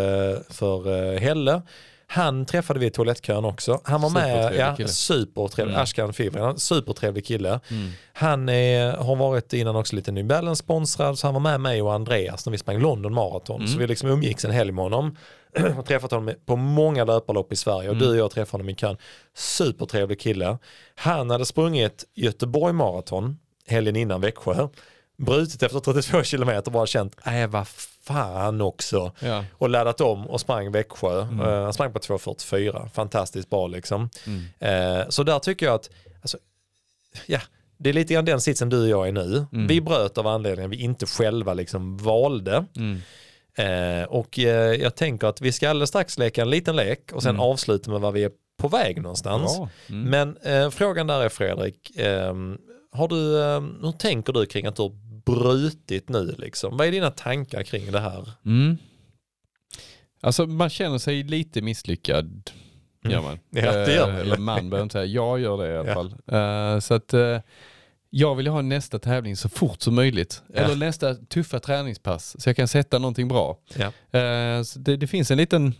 för Helle. Han träffade vi i toalettkön också. Han var med, supertrevlig. Ashkan Fivren, supertrevlig kille. Han har varit innan också lite New Balance sponsrad, så han var med mig och Andreas när vi sprang London Marathon. Så vi liksom umgicks en helg med honom och träffat honom på många löparlopp i Sverige, och du och jag träffade honom i kön. Supertrevlig kille. Han hade sprungit Göteborg Marathon helgen innan Växjö, brutit efter 32 kilometer, bara känt, vad fan också. Och laddat om och sprang Växjö. Han sprang på 2.44. Fantastiskt bra liksom. Så där tycker jag att det är lite grann den sitsen du och jag är nu. Vi bröt av anledningen vi inte själva liksom valde. Och jag tänker att vi ska alldeles strax leka en liten lek och sen avsluta med vad vi är på väg någonstans. Men frågan där är, Fredrik, hur tänker du kring att du har brutit nu liksom? Vad är dina tankar kring det här? Alltså man känner sig lite misslyckad. Gör man. Ja, det gör man. Eller man behöver inte säga, jag gör det i alla fall. Så att jag vill ha nästa tävling så fort som möjligt. Eller nästa tuffa träningspass så jag kan sätta någonting bra. Så det finns en liten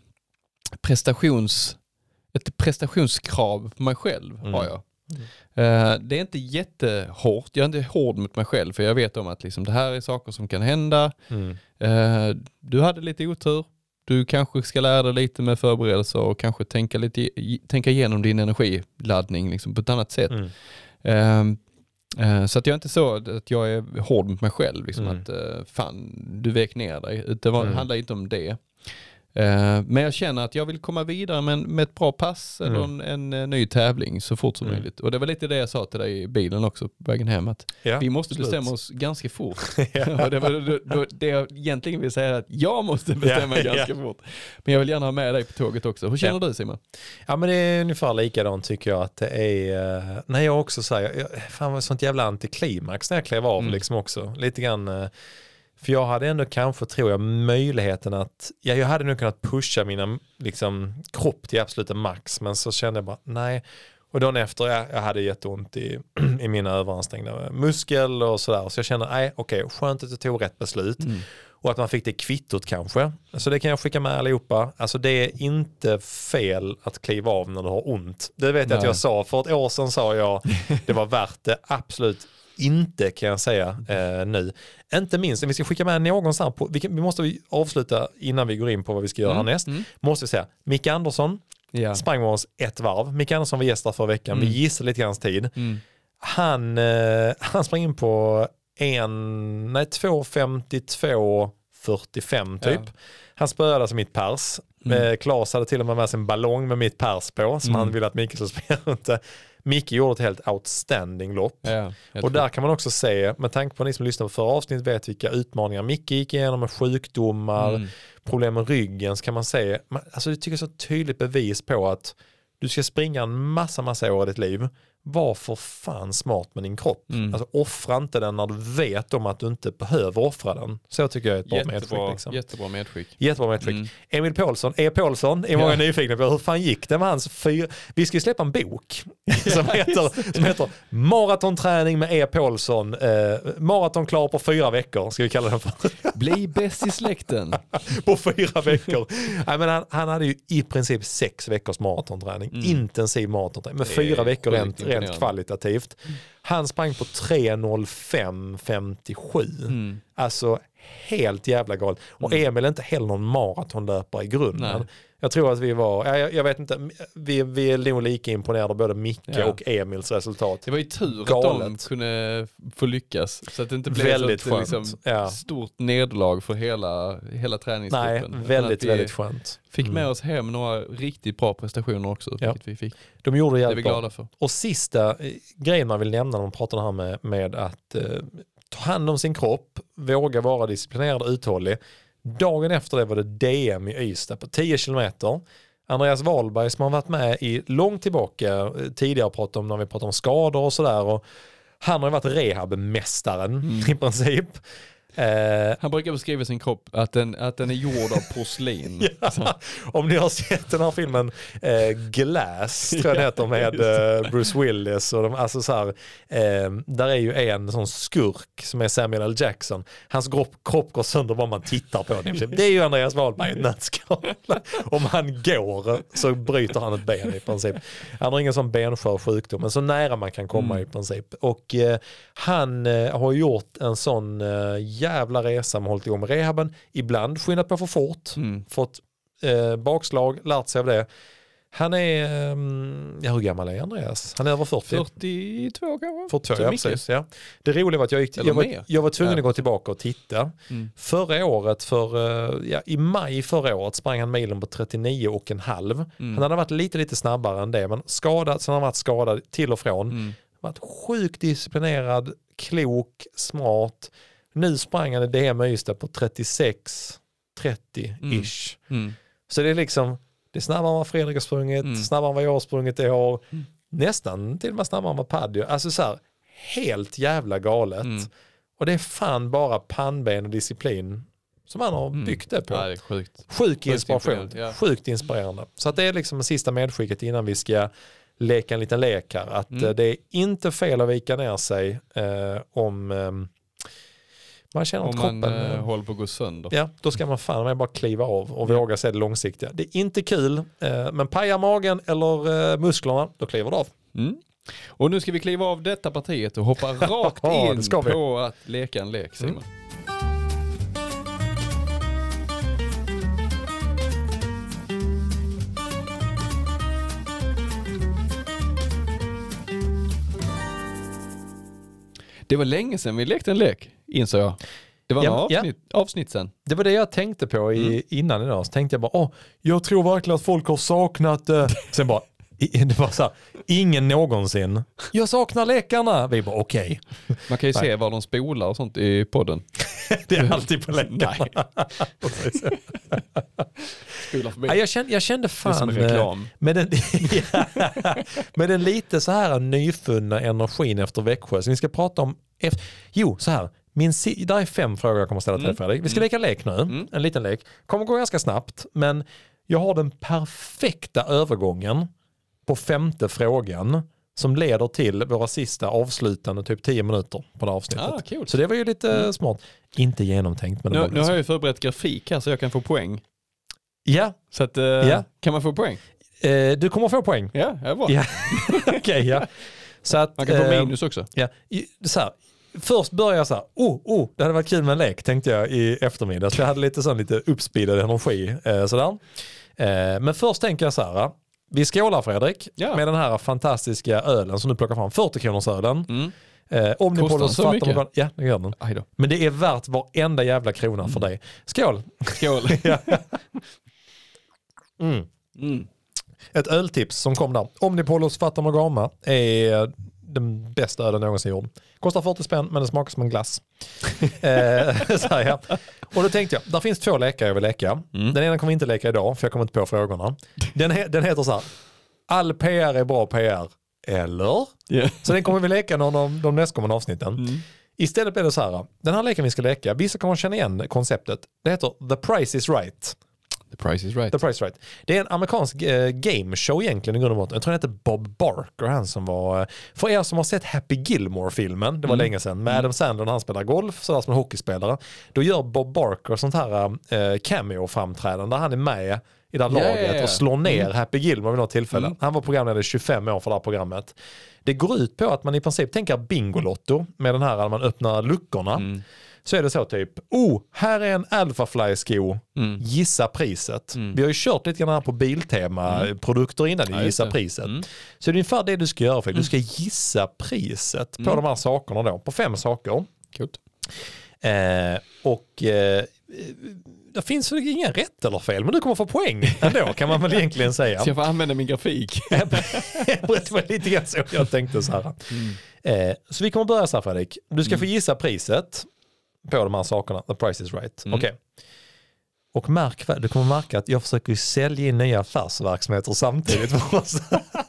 ett prestationskrav på mig själv har jag. Det är inte jättehårt. Jag är inte hård mot mig själv för jag vet om att liksom, det här är saker som kan hända. Du hade lite otur. Du kanske ska lära dig lite med förberedelser och kanske tänka igenom din energiladdning liksom, på ett annat sätt. Så att jag är inte så att jag är hård mot mig själv. Liksom, att fan, du vek ner dig. Det handlar inte om det. Men jag känner att jag vill komma vidare med ett bra pass eller en ny tävling så fort som möjligt. Och det var lite det jag sa till dig i bilen också på vägen hem. Att vi måste bestämma oss ganska fort. Och det var det jag egentligen vill säga att jag måste bestämma ganska fort. Men jag vill gärna ha med dig på tåget också. Hur känner du, Simon? Ja, men det är ungefär likadant tycker jag att det är. När jag också säger, fan vad sånt jävla antiklimax när jag klev av liksom också. Lite grann. För jag hade ändå kanske, tror jag, möjligheten att jag hade nog kunnat pusha mina liksom, kropp till absoluta max, men så kände jag bara nej. Och dagen efter jag hade jätteont i mina överansträngda muskel och sådär. Så jag kände, nej okej, skönt att jag tog rätt beslut. Och att man fick det kvittot kanske. Så det kan jag skicka med allihopa. Alltså det är inte fel att kliva av när du har ont. Det vet jag att jag sa. För ett år sedan sa jag det var värt det. Absolut inte kan jag säga nu. Inte minst, vi ska skicka med någonstans på, vi måste avsluta innan vi går in på vad vi ska göra härnäst. Måste vi säga, Micke Andersson sprang med oss ett varv. Micke Andersson var gäst där förra veckan. Vi gissade lite grann tid. Han sprang in på 2:52:45 typ. Han spöade alltså mitt pers. Claes hade till och med sin ballong med mitt pers på som han ville att Micke skulle spela runt. Micke gjorde ett helt outstanding lopp. Och där kan man också se, med tanke på att ni som lyssnar på förra avsnitt vet vilka utmaningar Micke gick igenom med sjukdomar, problem med ryggen, så kan man se, alltså det tycker jag är så tydligt bevis på att du ska springa en massa år i ditt liv. Var för fan smart med din kropp. Alltså offra inte den när du vet om att du inte behöver offra den. Så tycker jag är ett bra medskick. Liksom. Jättebra medskick. Emil Paulsson, Paulsson är många nyfikna på hur fan gick det med hans vi ska ju släppa en bok som heter Maratonträning med Paulsson. Maraton klar på 4 veckor ska vi kalla den för. Bli bäst i släkten. På 4 veckor. Nej, men han hade ju i princip 6 veckors maratonträning. Intensiv maratonträning. Med 4 veckor rent kvalitativt. Han sprang på 3:05:57. Alltså helt jävla galet. Och Emil är inte heller någon maratonlöpare i grunden. Nej. Jag tror att vi var, jag vet inte, vi är nog lika imponerade både Micke och Emils resultat. Det var ju tur att de kunde få lyckas. Så att det inte blev väldigt så liksom, stort nederlag för hela träningsgruppen. Nej, väldigt skönt. Fick med oss hem några riktigt bra prestationer också. Vilket vi fick. De gjorde jävligt bra. Det är vi glada för. Och sista grejen man vill nämna när man pratar här med att ta hand om sin kropp, våga vara disciplinerad och uthållig. Dagen efter det var det DM i Ystad på 10 kilometer. Andreas Wahlberg som har varit med i långt tillbaka tidigare när vi pratade om skador och sådär. Och han har varit rehabmästaren i princip. Han brukar beskriva sin kropp att den är gjord av porslin. Om ni har sett den här filmen Glass tror jag det heter med Bruce Willis och alltså så här, där är ju en sån skurk som är Samuel L. Jackson. Hans kropp går sönder vad man tittar på den. Det är ju Andreas Wahlberg i nötskal. Om han går så bryter han ett ben i princip. Han har ingen sån benskör sjukdom men så nära man kan komma i princip. Och han har gjort en sån jävla resa med hållit igång med rehaben. Ibland skyndat på för fort. Fått bakslag, lärt sig av det. Han är, hur gammal är Andreas? Han är över 40. 42 kanske? 42, ja, precis. Ja. Det roliga var att jag var tvungen att gå tillbaka och titta. Förra året, i maj förra året sprang han milen på 39,5. Han hade varit lite snabbare än det, men skadad, sen har han varit skadad till och från. Varit sjukt disciplinerad, klok, smart. Nu sprang han i DM Ystad på 36:30-ish. Så det är liksom, det är snabbare än vad Fredrik har sprungit, snabbare än vad jag har sprungit i år. Nästan till och med snabbare än vad Paddy. Alltså så här, helt jävla galet. Och det är fan bara pannben och disciplin som han har byggt det på. Ja, det är sjukt. Sjuk inspiration. Ja. Sjukt inspirerande. Så att det är liksom sista medskicket innan vi ska leka en liten lek här. Att det är inte fel att vika ner sig om man känner att kroppen håller på att gå sönder. Ja, då ska man fan med bara kliva av och våga se det långsiktiga. Det är inte kul, men pajar magen eller musklerna, då kliver det av. Och nu ska vi kliva av detta partiet och hoppa rakt in på att leka en lek, Simon. Det var länge sedan vi lekte en lek, insåg jag. Det var avsnitt sen. Det var det jag tänkte på innan idag. Så tänkte jag bara, jag tror verkligen att folk har saknat det. Sen bara, det var så här, ingen någonsin. Jag saknar lekarna. Vi bara, okej. Man kan ju se var de spolar och sånt i podden. Det är alltid på lekarna. Spolar förbi. Ja, jag kände fan det är som reklam. Med den lite så här nyfunna energin efter Växjö. Så vi ska prata om så här. Där är 5 frågor jag kommer ställa till dig, Fredrik. Vi ska leka lek nu. En liten lek. Kommer gå ganska snabbt, men jag har den perfekta övergången på 5:e frågan som leder till våra sista avslutande typ 10 minuter på det avsnittet. Cool. Så det var ju lite smart. Inte genomtänkt. Men nu har jag ju förberett grafik här så jag kan få poäng. Ja. Så att, kan man få poäng? Du kommer få poäng. Ja, det är bra. Ja. Okej, ja. Så att, man kan få minus också. Ja. Så här. Först började jag så här, det hade varit kul med en lek, tänkte jag i eftermiddag. Så jag hade lite uppspeedad energi. Sådär. Men först tänker jag så här, vi skålar, Fredrik, med den här fantastiska ölen som du plockar fram, 40-kronors ölen. Kostar så mycket? Ja, det gör den. Men det är värt varenda jävla krona för dig. Skål! Skål! Ett öltips som kom där. Omnipolos Fata Morgana är den bästa ölen någonsin gjord. Kostar 40 spänn, men det smakar som en glass. Så här, ja. Och då tänkte jag, där finns 2 lekar jag vill leka. Den ena kommer inte leka idag, för jag kommer inte på frågorna. Den heter så här, all PR är bra PR. Eller? Yeah. Så den kommer vi leka någon av de nästkommande avsnitten. Istället blir det så här, den här leken vi ska leka, vissa kommer känna igen konceptet. Det heter The Price is Right. The Price is Right. The Price is Right. Det är en amerikansk game show egentligen i grund och botten. Jag tror han heter Bob Barker, han som var, för er som har sett Happy Gilmore-filmen, det var länge sedan, med Adam Sandler när han spelar golf, sådär som en hockeyspelare. Då gör Bob Barker sånt här cameo-framträdande där han är med i det här laget och slår ner Happy Gilmore vid något tillfälle. Han var programledare i 25 år för det här programmet. Det går ut på att man i princip tänker Bingolotto med den här när man öppnar luckorna. Så är det så typ, här är en Alphafly-sko, gissa priset. Vi har ju kört lite grann här på Biltema-produkter innan, gissa priset. Så det är ungefär det du ska göra, för du ska gissa priset på de här sakerna då, på 5 saker. Cool. Det finns väl ingen rätt eller fel, men du kommer få poäng ändå, kan man väl egentligen säga. Så jag får använda min grafik. Det var lite grann så jag tänkte så här. Så vi kommer börja så här, Fredrik. Du ska få gissa priset på de här sakerna. The Price is Right. Okej. Och du kommer märka att jag försöker sälja in nya affärsverksamheter samtidigt för oss.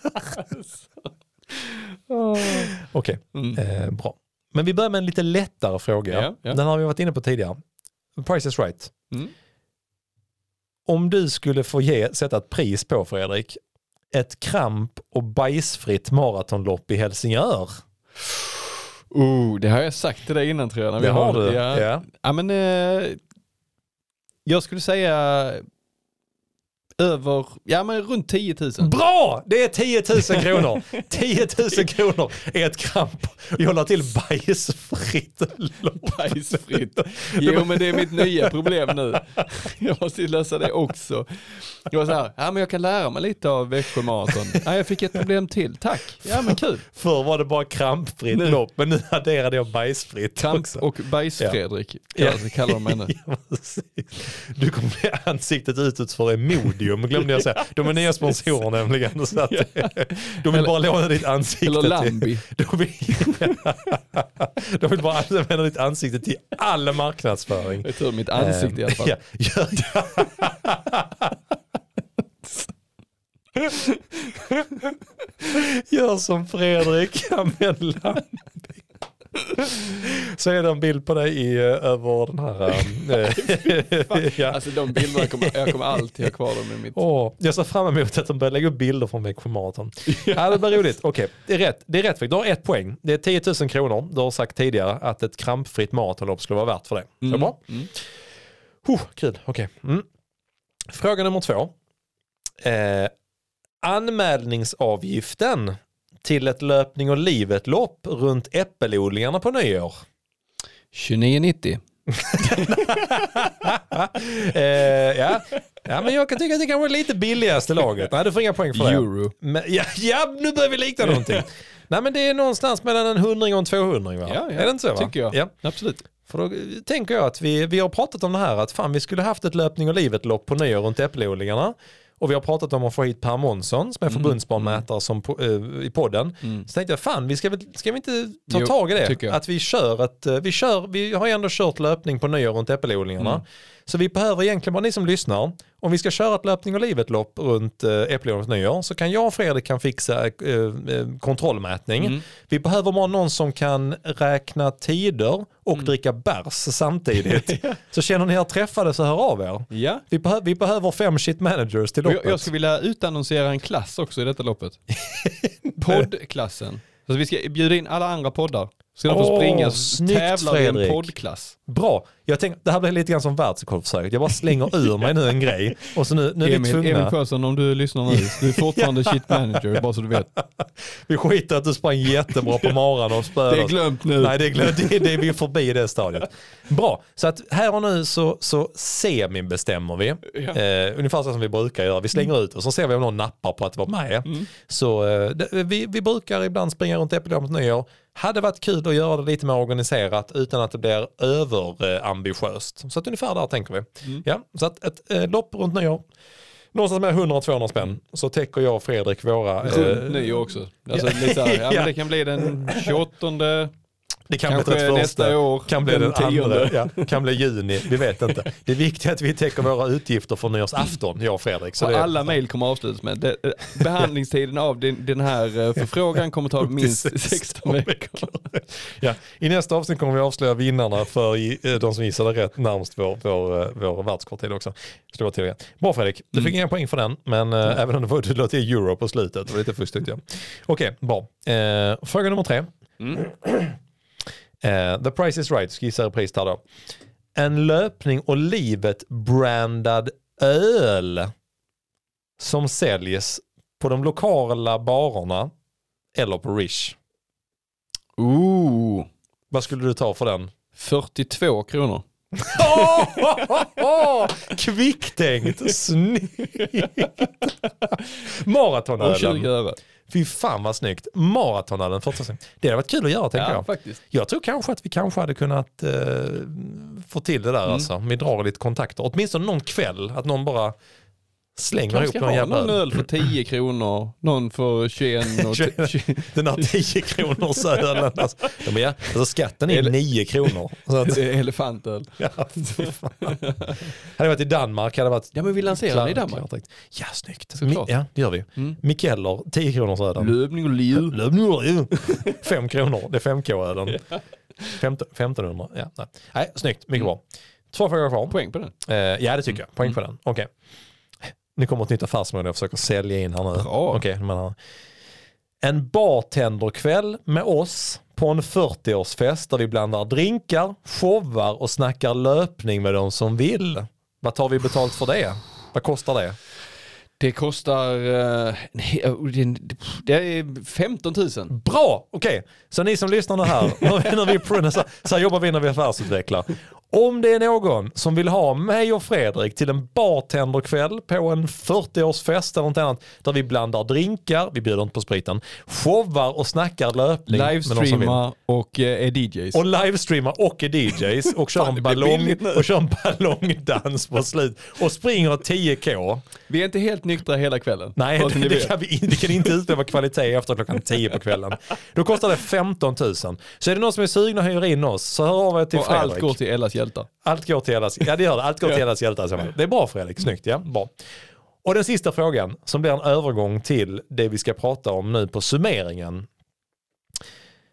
Okej, bra. Men vi börjar med en lite lättare fråga. Den har vi varit inne på tidigare. The Price is Right. Om du skulle få sätta ett pris på, Fredrik, ett kramp- och bajsfritt maratonlopp i Helsingör. Det har jag sagt till dig innan, tror jag. När det vi har du? Ja, men jag skulle säga runt 10 000. Bra! Det är 10 000 kronor. 10 000 kronor är ett kramp. Jag la till bajsfritt. Bajsfritt. Jo, men det är mitt nya problem nu. Jag måste lösa det också. Jag var så här, men jag kan lära mig lite av Växjö Marathon. Jag fick ett problem till, tack. Ja, men kul. Förr var det bara krampfritt lopp, men nu adderade jag bajsfritt Kramp också. och bajsfredrik, kallar de henne. Du kommer bli ansiktet utåt för Emodium, glömde jag säga. De är nya sponsorer nämligen. Så att, de vill bara låna ditt ansikte. Eller Lambi. De vill bara använda ditt ansikte till all marknadsföring. Jag tror mitt ansikte i alla fall. Gör som Fredrik, använd Lambi. Så är det en bild på dig över den här... ja. Alltså de bilderna, jag kommer alltid ha kvar dem i mitt... Jag ser fram emot att de börjar lägga upp bilder från Växjö Marathon. Ja, det blir roligt. Okej, det är rätt. Du har 1 poäng. Det är 10 000 kronor. Du har sagt tidigare att ett krampfritt maratonlopp skulle vara värt för det. Är det bra? Kul, okej. Fråga nummer 2. Anmälningsavgiften till ett löpning och livet-lopp runt äppelodlingarna på nyår. 29,90. Ja, men jag kan tycka att det kan vara lite billigaste laget. Nej, du får inga poäng för det. Euro. Men, nu börjar vi likna någonting. Nej, men det är någonstans mellan en 100 och en 200, va? Ja, är det inte så, va? Tycker jag. Ja. Absolut. För då tänker jag att vi har pratat om det här att fan, vi skulle haft ett löpning och livet-lopp på nyår runt äppelodlingarna. Och vi har pratat om att få hit Per Månsson som är förbundsbanmätare som i podden. Så tänkte jag, fan, ska vi inte ta tag i det? Att vi har ju ändå kört löpning på nyår runt äppelodlingarna. Så vi behöver egentligen bara, ni som lyssnar, om vi ska köra ett löpning och livet-lopp runt äppelodlingarnas nyår, så kan jag och Fredrik kan fixa kontrollmätning. Vi behöver bara någon som kan räkna tider och dricka bärs samtidigt. Så känner ni er träffade så hör av er. Ja. Vi behöver 5 shit managers till loppet. Jag skulle vilja utannonsera en klass också i detta loppet. Poddklassen. Så vi ska bjuda in alla andra poddar. Ska de få springa tävla i en poddklass. Bra. Jag tänkte, det här blir lite grann som världsrekordförsöket. Jag bara slänger ur mig nu en grej. Och så nu är vi tvungna. Emil Sjösson, om du lyssnar nu. Du är fortfarande shit manager, bara så du vet. Vi skiter att du sprang jättebra på maran och spöade. Det är glömt nu. Nej, det är glömt. Det är vi förbi det stadiet. Bra. Så att här och nu så semi-bestämmer vi. Ja. Ungefär så som vi brukar göra. Vi slänger ut och så ser vi om någon nappar på att vara med. Så vi brukar ibland springa runt äppelodlingarnas nyår. Hade varit kul att göra det lite mer organiserat utan att det blir överambitiöst. Så att ungefär där tänker vi. Ja, så att ett lopp runt nyår. Någonstans med 100-200 spänn så täcker jag och Fredrik våra... nyår också. Alltså, men det kan bli den 28. Det kan kanske bli nästa år. Kan bli den 10. Ja, kan bli juni. Vi vet inte. Det är viktigt att vi täcker våra utgifter för nyårsafton, jag och Fredrik. Så och alla mejl kommer avslutas med behandlingstiden av den här förfrågan kommer ta minst 16 veckor. Ja. I nästa avsnitt kommer vi avslöja vinnarna för de som gissade rätt närmast vår världskorttid också. Bra Fredrik, du fick inga poäng för den, men även om det låter till euro på slutet. Det var lite fusk tyckte jag. Okej, bra. Fråga nummer 3. The Price is Right, skissar repris här då. En löpning och livet brandad öl som säljs på de lokala barerna eller på Rish. Vad skulle du ta för den? 42 kronor. Kvicktänkt, snyggt. Maratonölen. Och 20 öre. Fy fan vad snyggt. Maratonölen. Det hade varit kul att göra, tänker jag. Faktiskt. Jag tror kanske att vi hade kunnat få till det där alltså. Vi drar lite kontakter. Åtminstone någon kväll. Att någon bara slänger ihop någon jävla någon öl för 10 kronor. Någon för 21. Den här 10 kronors ölen. Alltså skatten är 9 kronor. Så att, det är elefantöl. Ja, hade varit i Danmark. Hade varit men vi lanserar det i Danmark. Ja, snyggt. Ja, det gör vi. Mikeller, 10 kronors ölen. Löpning och liv. 5 kronor. Det är 5K-ölen. 1500. Ja, nej, snyggt. Mycket bra. 2 frågor kvar. Poäng på den? Ja, det tycker jag. Poäng på den. Okej. Nu kommer ett nytt affärsmål jag försöker sälja in här nu. Okej, men en bartenderkväll med oss på en 40-årsfest där vi blandar drinkar, showar och snackar löpning med de som vill. Vad tar vi betalt för det? Vad kostar det? Det kostar det är 15 000. Bra, okej. Så ni som lyssnar här, så här jobbar vi när vi affärsutvecklar. Om det är någon som vill ha mig och Fredrik till en bartenderkväll på en 40-årsfest eller något annat där vi blandar drinkar, vi bjuder inte på spriten, showar och snackar löpning. Livestreama och är DJs. Och livestreama och är DJs och kör en ballongdans på slut och springer 10K. Vi är inte helt nyktra hela kvällen. Nej, vi kan inte utöva kvalitet efter klockan 10 på kvällen. Då kostar det 15 000. Så är det någon som är sugna och hyr in oss så hör av er till Fredrik. Och allt går till Ellas hjältar. Allt går till Ellas, ja det gör det. Allt går till Ellas hjältar. Det är bra Fredrik, snyggt, ja, bra. Och den sista frågan som blir en övergång till det vi ska prata om nu på summeringen.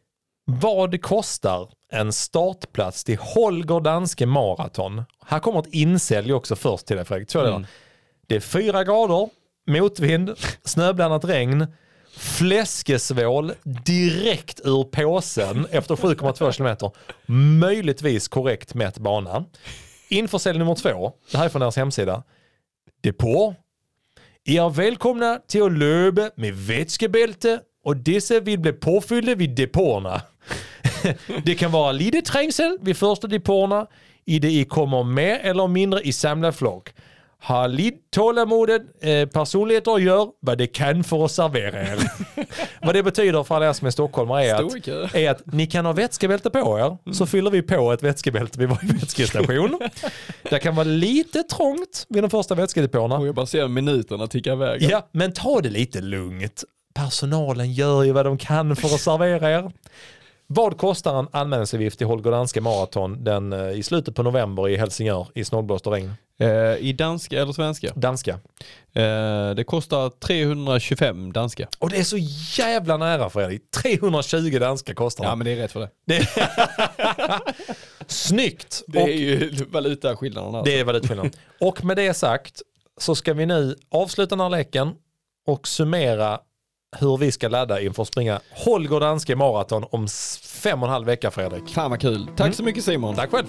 Vad kostar en startplats till Holger Danske maraton? Här kommer ett insälj också först till dig, Fredrik. Det är 4 grader, motvind, snöblandat regn, fläskesvål direkt ur påsen efter 7,2 kilometer. Möjligtvis korrekt mätt bana. Införsälj nummer 2. Det här är från deras hemsida. Depå. Er välkomna till att löpa med vätskebälte och dessa vill bli påfyllda vid depåerna. Det kan vara lite trängsel vid första depåerna i det I kommer mer eller mindre i samlad flock. Ha lite tålamodet, personligheter gör vad det kan för att servera er. Vad det betyder för alla er som är stockholmare är att ni kan ha vätskebälte på er, så fyller vi på ett vätskebälte vid varje vätskestation. Det kan vara lite trångt vid de första vätskedepåerna. Och jag bara ser minuterna ticka iväg. Ja, men ta det lite lugnt. Personalen gör ju vad de kan för att servera er. Vad kostar en anmälningsavgift till Holger Danske maraton i slutet på november i Helsingör i snålblåst och regn? I danska eller svenska? Danska. Det kostar 325 danska. Och det är så jävla nära, Fredrik. 320 danska kostar det. Ja, men det är rätt för det. Snyggt! Det är ju valutaskillnaden. Alltså. Det är valutaskillnaden. Och med det sagt så ska vi nu avsluta den här leken och summera hur vi ska ladda inför att springa Holger Danske maraton om 5,5 veckor, Fredrik. Fan vad kul. Tack så mycket, Simon. Tack själv.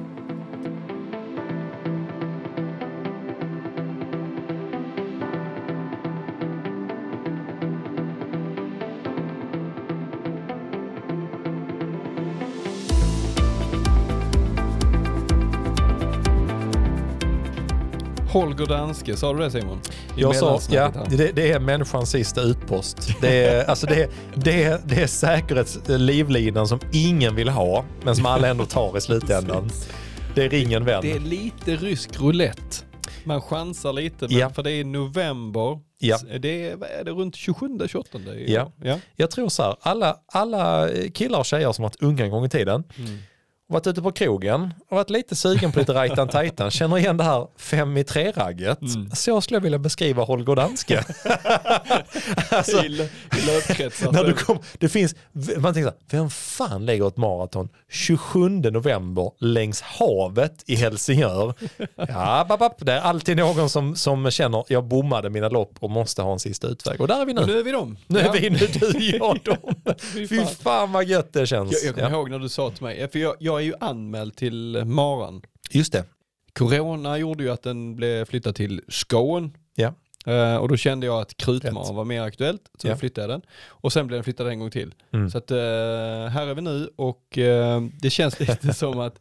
Holger Danske, sa du det, Simon? Jag sa, ja, det är människans sista utpost. Det är, alltså det är säkerhetslivlinan som ingen vill ha, men som alla ändå tar i slutändan. Det är ringen vän. Det är lite rysk roulette. Man chansar lite, men för det är november. Ja. Det är runt 27-28. Ja. Jag tror så här, alla killar och tjejer som varit unga en gång i tiden varit ute på krogen och varit lite sugen på lite rajtan-tajtan, känner igen det här 5 i 3-ragget. Så jag skulle vilja beskriva Holger Danske. Alltså, när du kom, det finns, man tänker så här, vem fan lägger ett maraton 27 november längs havet i Helsingör? Ja, det är alltid någon som känner, jag bommade mina lopp och måste ha en sista utväg. Och där är vi nu. Och nu är vi dem. Nu är vi nu, du och dem. Fy fan vad gött det känns. Jag kommer ihåg när du sa till mig, för jag är ju anmäld till maran. Just det. Corona gjorde ju att den blev flyttad till Skåne. Ja. Och då kände jag att krutmaran var mer aktuellt. Så då flyttade jag den. Och sen blev den flyttad en gång till. Så att här är vi nu. Och det känns lite som att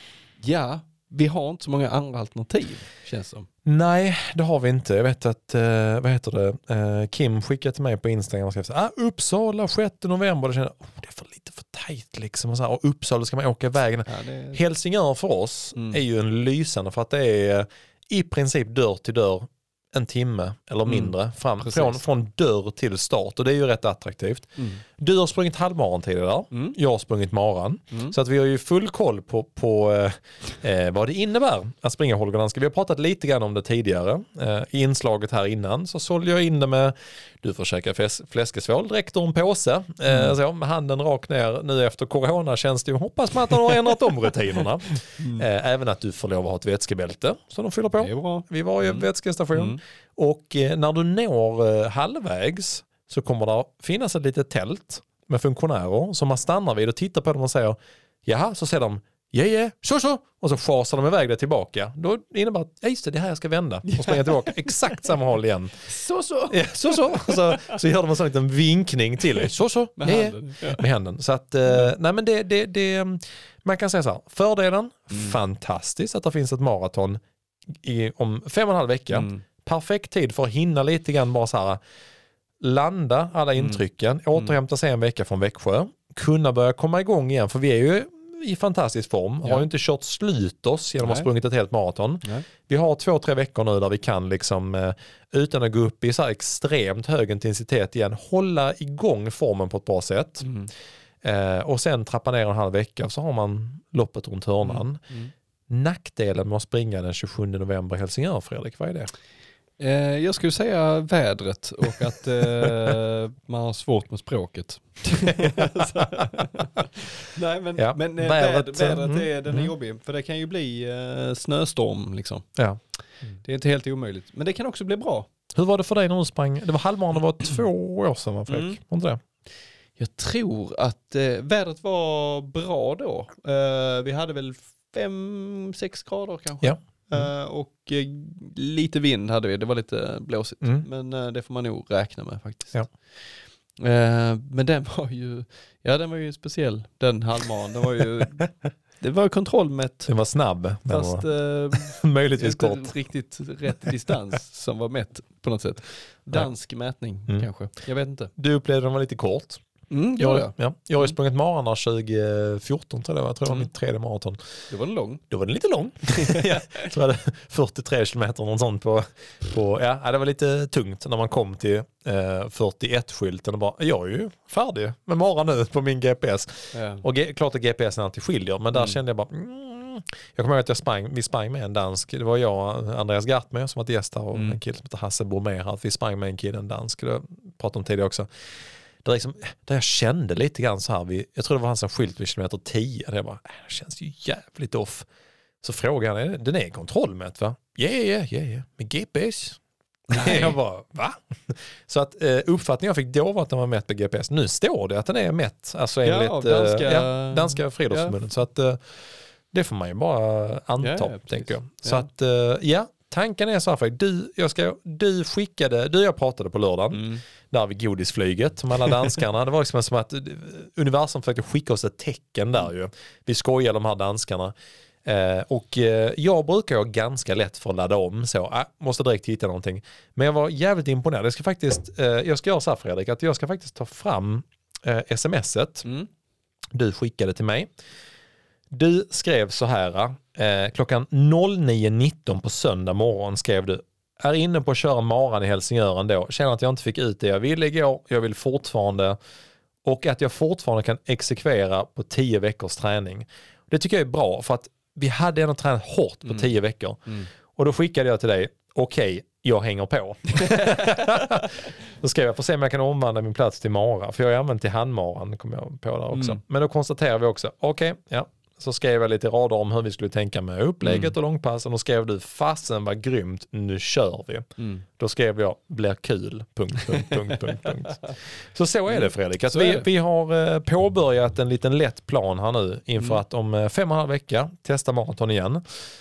vi har inte så många andra alternativ, känns som. Nej, det har vi inte. Jag vet att, Kim skickade till mig på Instagram och skrev så här, Uppsala 6 november. Och kände, det är lite för tajt liksom. Och, så här, och Uppsala ska man åka vägen. Ja, Helsingör för oss är ju en lysande, för att det är i princip dörr till dörr en timme eller mindre från dörr till start, och det är ju rätt attraktivt. Du har sprungit halvmaran tidigare där. Jag har sprungit maran. Så att vi har ju full koll på vad det innebär att springa Holger Danske. Vi har pratat lite grann om det tidigare. I inslaget här innan så sålde jag in det med, du får käka fläskesvål direkt ur en påse. Så med handen rakt ner. Nu efter corona känns det ju, hoppas man att de har ändrat de rutinerna. Även att du får lov att ha ett vätskebälte som de fyller på. Vi var ju vätskestation. Och när du når halvvägs så kommer det finnas ett litet tält med funktionärer som man stannar vid och tittar på dem och säger, jaha, så säger de, så, och så fasar de iväg det tillbaka. Då innebär att, just det här jag ska vända och springa tillbaka exakt samma håll igen. Så. Så gör de en sån liten vinkning till dig. Så. Med handen. Så att, nej men det man kan säga så här, fördelen, fantastiskt att det finns ett maraton om 5,5 veckor. Perfekt tid för att hinna lite grann bara så här, landa alla intrycken, återhämta sig en vecka från Växjö, kunna börja komma igång igen, för vi är ju i fantastisk form, har ju inte kört slut oss genom att ha sprungit ett helt maraton. Vi har 2-3 veckor nu där vi kan liksom, utan att gå upp i så här extremt hög intensitet igen, hålla igång formen på ett bra sätt. Och sen trappa ner en halv vecka, så har man loppet runt hörnan. Nackdelen med att springa den 27 november i Helsingör, Fredrik, vad är det? Jag skulle säga vädret och att man har svårt med språket. Nej, men, Ja, men vädret den är jobbig. För det kan ju bli snöstorm liksom. Ja. Det är inte helt omöjligt. Men det kan också bli bra. Hur var det för dig när du sprang? Det var halvmaran, det var 2 år sedan, var Fredrik. Var inte det? Jag tror att vädret var bra då. Vi hade väl 5-6 grader kanske. Ja. Och lite vind hade vi. Det var lite blåsigt. Men det får man nog räkna med faktiskt. Ja. Men den var ju speciell. Den halvmaran. Det var kontrollmätt. Den var snabb. Fast möjligtvis inte kort. riktigt rätt distans som var mätt på något sätt. Dansk mätning kanske. Jag vet inte. Du upplevde den var lite kort. Ja. Jag har ju sprungit maraton 2014 tror jag det var. Jag tror det var mitt 3:e maraton. Det var den lång. Då var den lite lång. Jag tror jag hade 43 kilometer någon sånt på det var lite tungt när man kom till 41-skylten och bara, jag är ju färdig med maran nu på min GPS. Ja. Och klart att GPSen alltid skiljer, men där kände jag bara jag kommer ihåg att vi sprang med en dansk. Det var jag och Andreas Gartmer som var gäst här och en kille som heter Hasse Bormer. Att vi sprang med en kille, en dansk. Det pratade om tidigare också. Där jag kände lite grann så här. Jag tror det var hans skylt vid kilometer 10. Jag bara, det känns ju jävligt off. Så frågade han, den är kontrollmätt va? Yeah. Med GPS. Jag bara, va? Så att uppfattningen jag fick då var att den var mätt med GPS. Nu står det att den är mätt. Alltså enligt danska friidrottsförbundet. Så att det får man ju bara anta, tänker jag. Så att, tanken är så här, du skickade, jag pratade på lördagen, där vid godisflyget med alla danskarna. Det var liksom som att universum försökte skicka oss ett tecken där ju. Vi skojar de här danskarna. Och jag brukar ju ganska lätt för att ladda om så, måste direkt hitta någonting. Men jag var jävligt imponerad. Jag ska göra så här Fredrik, att jag ska faktiskt ta fram smset du skickade till mig. Du skrev så här, klockan 09.19 på söndag morgon skrev du, är inne på att köra maran i Helsingör ändå. Känner att jag inte fick ut det jag ville igår. Jag vill fortfarande, och att jag fortfarande kan exekvera på 10 veckors träning. Det tycker jag är bra, för att vi hade ändå tränat hårt på 10 veckor. Och då skickade jag till dig, okej, jag hänger på. Då skrev jag, får se om jag kan omvandla min plats till mara. För jag har använt till handmaran, kom jag på där också. Men då konstaterar vi också, så skrev jag lite rader om hur vi skulle tänka med upplägget och långpassen. Och skrev du, fasen var grymt, nu kör vi. Då skrev jag, blir kul, ... Så är det Fredrik. Att vi har påbörjat en liten lätt plan här nu inför att om 5,5 veckor testa maraton igen.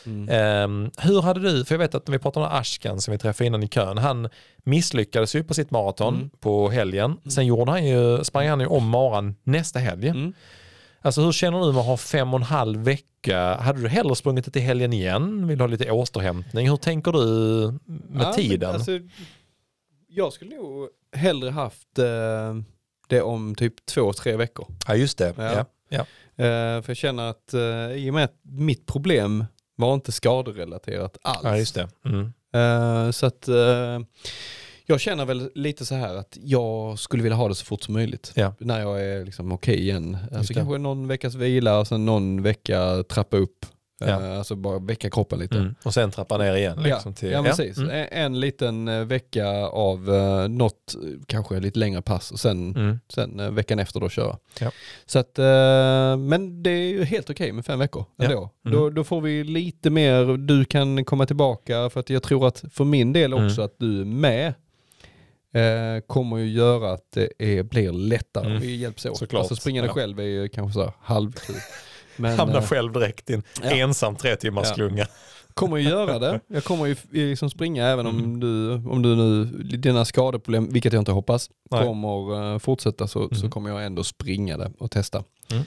Hur hade du, för jag vet att när vi pratade om Ashkan som vi träffade innan i kön, han misslyckades ju på sitt maraton på helgen. Sen sprang han ju om maran nästa helg. Alltså hur känner du med att ha 5,5 vecka? Hade du hellre sprungit till helgen igen? Vill du ha lite återhämtning? Hur tänker du med tiden? Alltså, jag skulle nog hellre haft det om typ 2-3 veckor. Ja, just det. Ja. För jag känner att i och med att mitt problem var inte skaderelaterat alls. Ja, just det. Så att jag känner väl lite så här att jag skulle vilja ha det så fort som möjligt. Ja. När jag är liksom okej igen. Alltså kanske någon veckas vila och sen någon vecka trappa upp. Alltså bara väcka kroppen lite. Och sen trappa ner igen. Liksom precis. En liten vecka av något kanske lite längre pass och sen veckan efter då köra. Ja. Så att, men det är ju helt okej med 5 veckor ändå. Då får vi lite mer, du kan komma tillbaka, för att jag tror att för min del också att du är med kommer ju göra att det blir lättare. Vi hjälps åt. Såklart. Alltså springande själv är ju kanske så här halvkul. Hamnar själv direkt i en ensam 3 timmars klunga. Kommer ju göra det. Jag kommer ju liksom springa även om du nu, dina skadeproblem, vilket jag inte hoppas, kommer fortsätta så kommer jag ändå springa det och testa.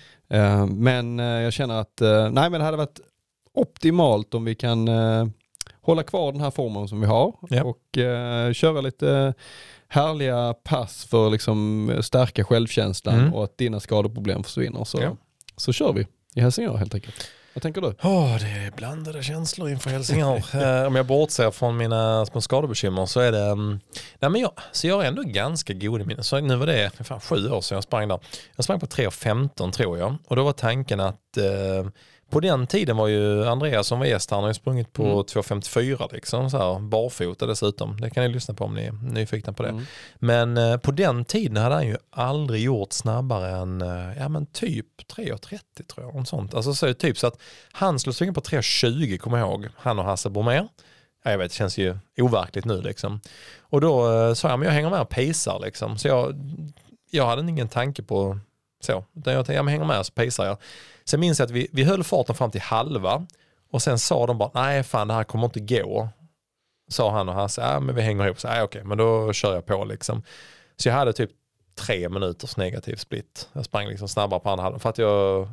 Men jag känner att men det hade varit optimalt om vi kan hålla kvar den här formen som vi har och köra lite härliga pass för att liksom stärka självkänslan och att dina skadeproblem försvinner. Så kör vi i Helsingör helt enkelt. Vad tänker du? Det är blandade känslor inför Helsingör. Om jag bortser från mina små skadebekymmer så är det... jag är ändå ganska god i minne. Så nu var det 7 år sedan jag sprang där. Jag sprang på 3:15 tror jag. Och då var tanken att på den tiden var ju Andreas som var gäst, han har ju sprungit på 2.54 liksom, så här, barfota dessutom. Det kan ni lyssna på om ni är nyfikna på det. Men på den tiden hade han ju aldrig gjort snabbare än typ 3.30 tror jag. Och sånt. Alltså så typ så att han skulle springa på 3.20, kommer jag ihåg. Han och Hasse Bromér. Jag vet, det känns ju overkligt nu liksom. Och då sa jag, men jag hänger med och pacear liksom. Så jag hade ingen tanke på så. Utan jag tänkte, jag hänger med så pacear jag. Sen minns jag att vi höll farten fram till halva. Och sen sa de bara, nej fan det här kommer inte gå. Sa han och Hasse, men vi hänger ihop. Så okej, men då kör jag på liksom. Så jag hade typ 3 minuters negativ split. Jag sprang liksom snabbare på andra halvan. För att jag,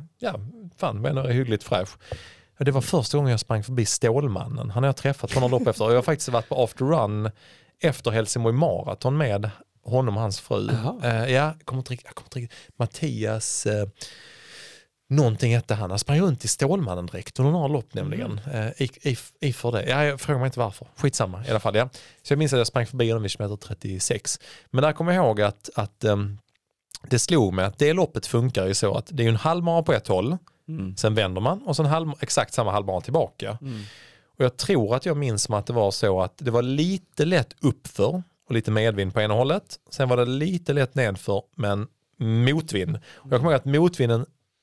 var hyggligt fräsch. Det var första gången jag sprang förbi Stålmannen. Han har jag träffat på någon lopp efter. Och jag har faktiskt varit på after run efter Helsingborg Marathon med honom och hans fru. Jag kommer inte riktigt. Mattias... någonting hette han. Han sprang runt i Stålmannen direkt. Och några lopp nämligen. I för det. Jag frågar mig inte varför. Skitsamma i alla fall. Ja. Så jag minns att jag sprang förbi honom vid kilometer 36. Men där kommer jag ihåg att det slog mig att det loppet funkar ju så att det är en halvmara på ett håll. Sen vänder man och sen exakt samma halvmara tillbaka. Och jag tror att jag minns som att det var så att det var lite lätt uppför och lite medvind på ena hållet. Sen var det lite lätt nedför men motvind. Och jag kommer ihåg att motvinden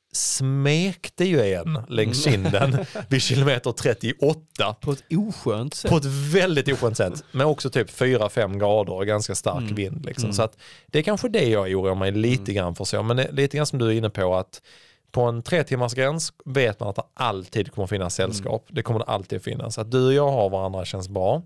smekte ju en längs kinden vid kilometer 38. På ett oskönt sätt. På ett väldigt oskönt sätt. Men också typ 4-5 grader och ganska stark vind. Liksom. Så att det är kanske det jag oroar mig lite grann för så. Men det är lite grann som du är inne på att på en 3 timmars gräns vet man att det alltid kommer finnas sällskap. Det kommer det alltid finnas. Att du och jag har varandra känns bra.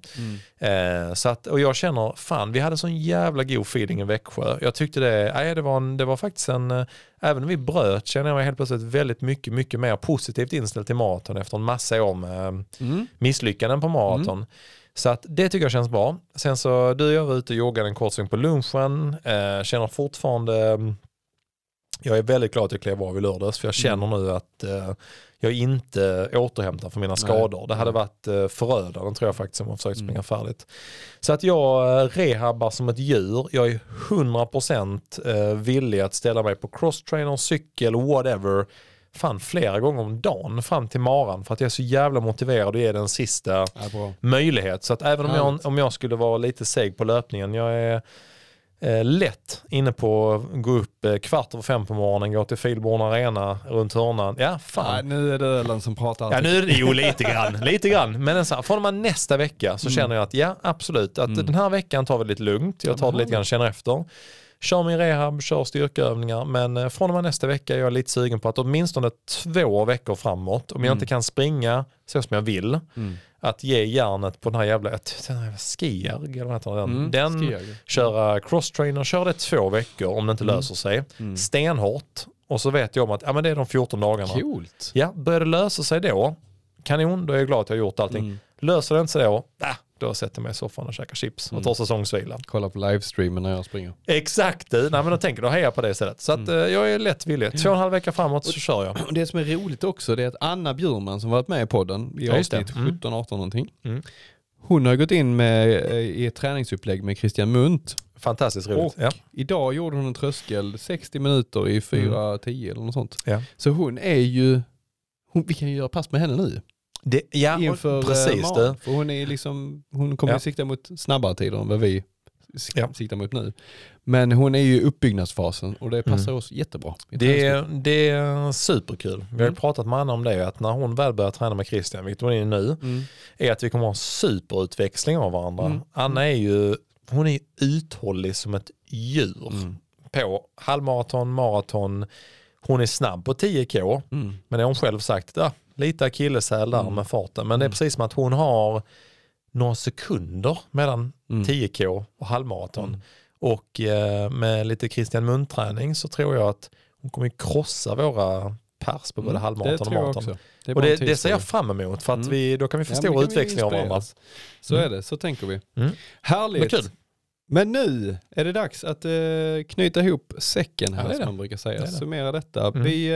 Så att, och jag känner, fan, vi hade sån jävla god feeling i Växjö. Jag tyckte det var faktiskt även om vi bröt känner jag mig helt plötsligt väldigt mycket mer positivt inställd till maraton efter en massa om misslyckanden på maraton. Så att det tycker jag känns bra. Sen så, du och jag var ute och joggade en kort sväng på lunchen. Känner fortfarande... Jag är väldigt glad att jag klev av i lördags för jag känner nu att jag inte återhämtar för mina skador. Det hade varit förödande tror jag faktiskt om jag försökt springa färdigt. Så att jag rehabbar som ett djur. Jag är 100% villig att ställa mig på crosstrainer, cykel, whatever. Fan flera gånger om dagen fram till maran för att jag är så jävla motiverad och ger den sista möjlighet. Så att även om jag skulle vara lite seg på löpningen, jag är... lätt inne på att gå upp 4:15 på morgonen, gå till Filborn Arena runt hörnan. Ja, fan. Nej, nu är det Öland som pratar. Ja, nu är det ju lite grann. Men från man nästa vecka så känner jag att ja, absolut. Att den här veckan tar vi lite lugnt. Jag tar det lite grann, känner efter. Kör min rehab, kör styrkeövningar. Men från och med nästa vecka är jag lite sugen på att åtminstone 2 veckor framåt, om jag inte kan springa så som jag vill, att ge järnet på den här jävla skierg eller vad den köra crosstrainer, köra det 2 veckor om det inte löser sig. Stenhårt. Och så vet jag om att men det är de 14 dagarna. Coolt. Ja, börjar det lösa sig då, kanon, då är jag glad att jag har gjort allting. Löser det inte sig då sätter jag mig i soffan och käkar chips och tar säsongsvila. Kolla på livestreamen när jag springer. Exakt, nej men då tänker du heja på det istället. Så att jag är lätt villig. 2,5 veckor framåt så kör jag. Och det som är roligt också det är att Anna Bjurman som varit med i podden i avsnitt 17-18 någonting. Hon har gått in i ett träningsupplägg med Christian Munt. Fantastiskt roligt. Och idag gjorde hon en tröskel 60 minuter i 4:10 eller något sånt. Ja. Så hon är ju, vi kan ju göra pass med henne nu. Inför precis det. För hon är liksom, hon kommer att sikta mot snabbare tider än vad vi siktar mot nu. Men hon är ju i uppbyggnadsfasen och det passar oss jättebra. Det är superkul. Vi har ju pratat med Anna om det, att när hon väl börjar träna med Christian, vilket hon är nu, är att vi kommer att ha superutväxling av varandra. Anna är ju, hon är uthållig som ett djur på halvmaraton, maraton. Hon är snabb på 10K, men det har hon själv sagt, lite akilleshäl där med farten. Men det är precis som att hon har några sekunder mellan 10K och halvmaraton. Och med lite Christian Munt-träning så tror jag att hon kommer krossa våra pers på både halvmaraton och maraton. Och det ser jag fram emot för att då kan vi få stora utväxling av varandra. Så är det, så tänker vi. Härligt. Kul. Men nu är det dags att knyta ihop säcken här som man brukar säga. Summera detta.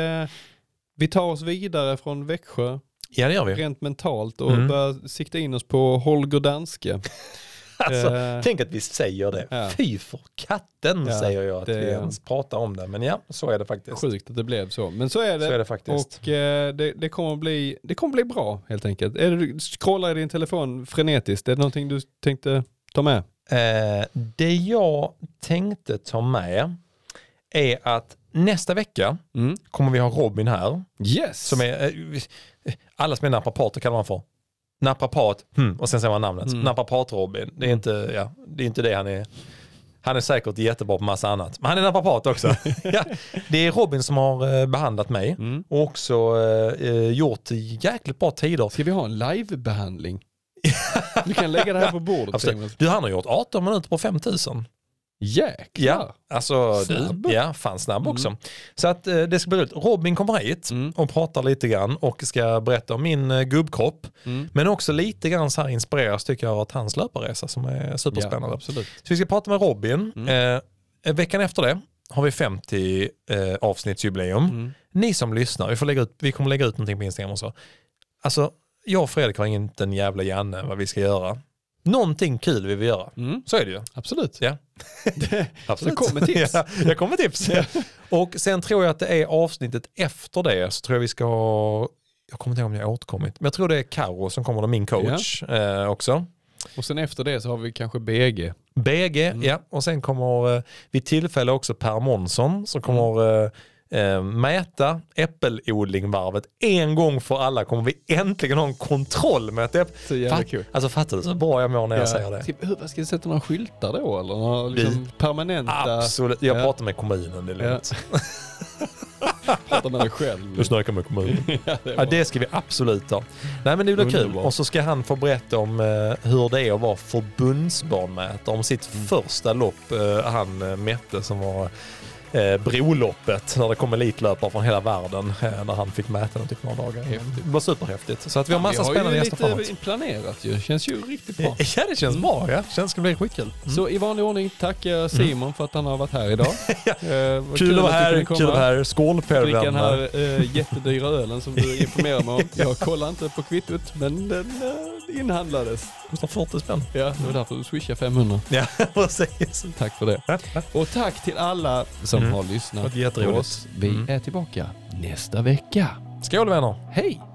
Vi tar oss vidare från Växjö. Ja, det gör vi. Rent mentalt och börjar sikta in oss på Holger Danske. Alltså, tänk att vi säger det. Ja. Fy för katten säger jag att det vi ens pratar om det. Men ja, så är det faktiskt. Sjukt att det blev så. Men så är det. Så är det faktiskt. Och det kommer bli bra helt enkelt. Du scrollar i din telefon frenetiskt. Är det någonting du tänkte ta med? Det jag tänkte ta med är att nästa vecka kommer vi ha Robin här. Yes! Som är, alla som är naprapater kallar man för. Naprapat, och sen säger man namnet. Naprapat Robin. Det är inte det han är. Han är säkert jättebra på massa annat. Men han är naprapat också. Ja, det är Robin som har behandlat mig. Och också gjort jäkligt bra tider. Ska vi ha en live-behandling? Du kan lägga det här på bordet. Du, han har gjort 18 minuter på 5000. Jäklar. Ja, alltså snabb. Fan snabb också. Så att det ska bli roligt. Robin kommer hit och pratar lite grann och ska berätta om min gubbkropp. Men också lite grann så här inspireras tycker jag av att hans löparresa som är superspännande. Ja, absolut. Så vi ska prata med Robin. Veckan efter det har vi 50 avsnittsjubileum. Ni som lyssnar, vi kommer lägga ut någonting på Instagram och så. Alltså, jag och Fredrik har inte en jävla Janne vad vi ska göra. Någonting kul vi vill göra. Så är det ju. Absolut. Ja. Absolut. Så kommer tips. Ja, jag kommer tips. Och sen tror jag att det är avsnittet efter det så tror jag vi ska jag kommer inte ihåg om jag har återkommit. Men jag tror det är Karo som kommer, min coach också. Och sen efter det så har vi kanske BG. Ja. Och sen kommer vid tillfälle också Per Månsson som kommer mäta äppelodlingvarvet en gång för alla. Kommer vi äntligen ha en kontroll med ett äppel. Så jävla kul. Alltså fattar du så bra jag mår när jag säger det. Vad ska vi sätta några skyltar då? Eller några liksom permanenta? Absolut. Jag pratar med kommunen. Det är lugnt. Pratar med dig själv. Du snackar med kommunen. Det ska vi absolut ha. Nej men det blir kul. Och så ska han få berätta om hur det är att vara förbundsbanmätare. Om sitt första lopp han mätte som var broloppet när det kom elitlöpare från hela världen när han fick mäta den typ några dagar. Det var superhäftigt. Så att vi har massa spännande gäster framåt. Vi har ju lite planerat ju. Känns ju riktigt bra. Ja, det känns bra. Ja. Känns ska bli skitkul. Så i vanlig ordning tackar Simon för att han har varit här idag. Kul att vara här. Skål på dricka den här jättedyra ölen som du informerar mig om. Jag kollar inte på kvittot men den inhandlades. Kostar 40 spänn. Ja, det var därför du swishade 500. Ja, precis. Tack för det. Och tack till alla som har lyssnat på oss. Vi är tillbaka nästa vecka. Skål vänner. Hej!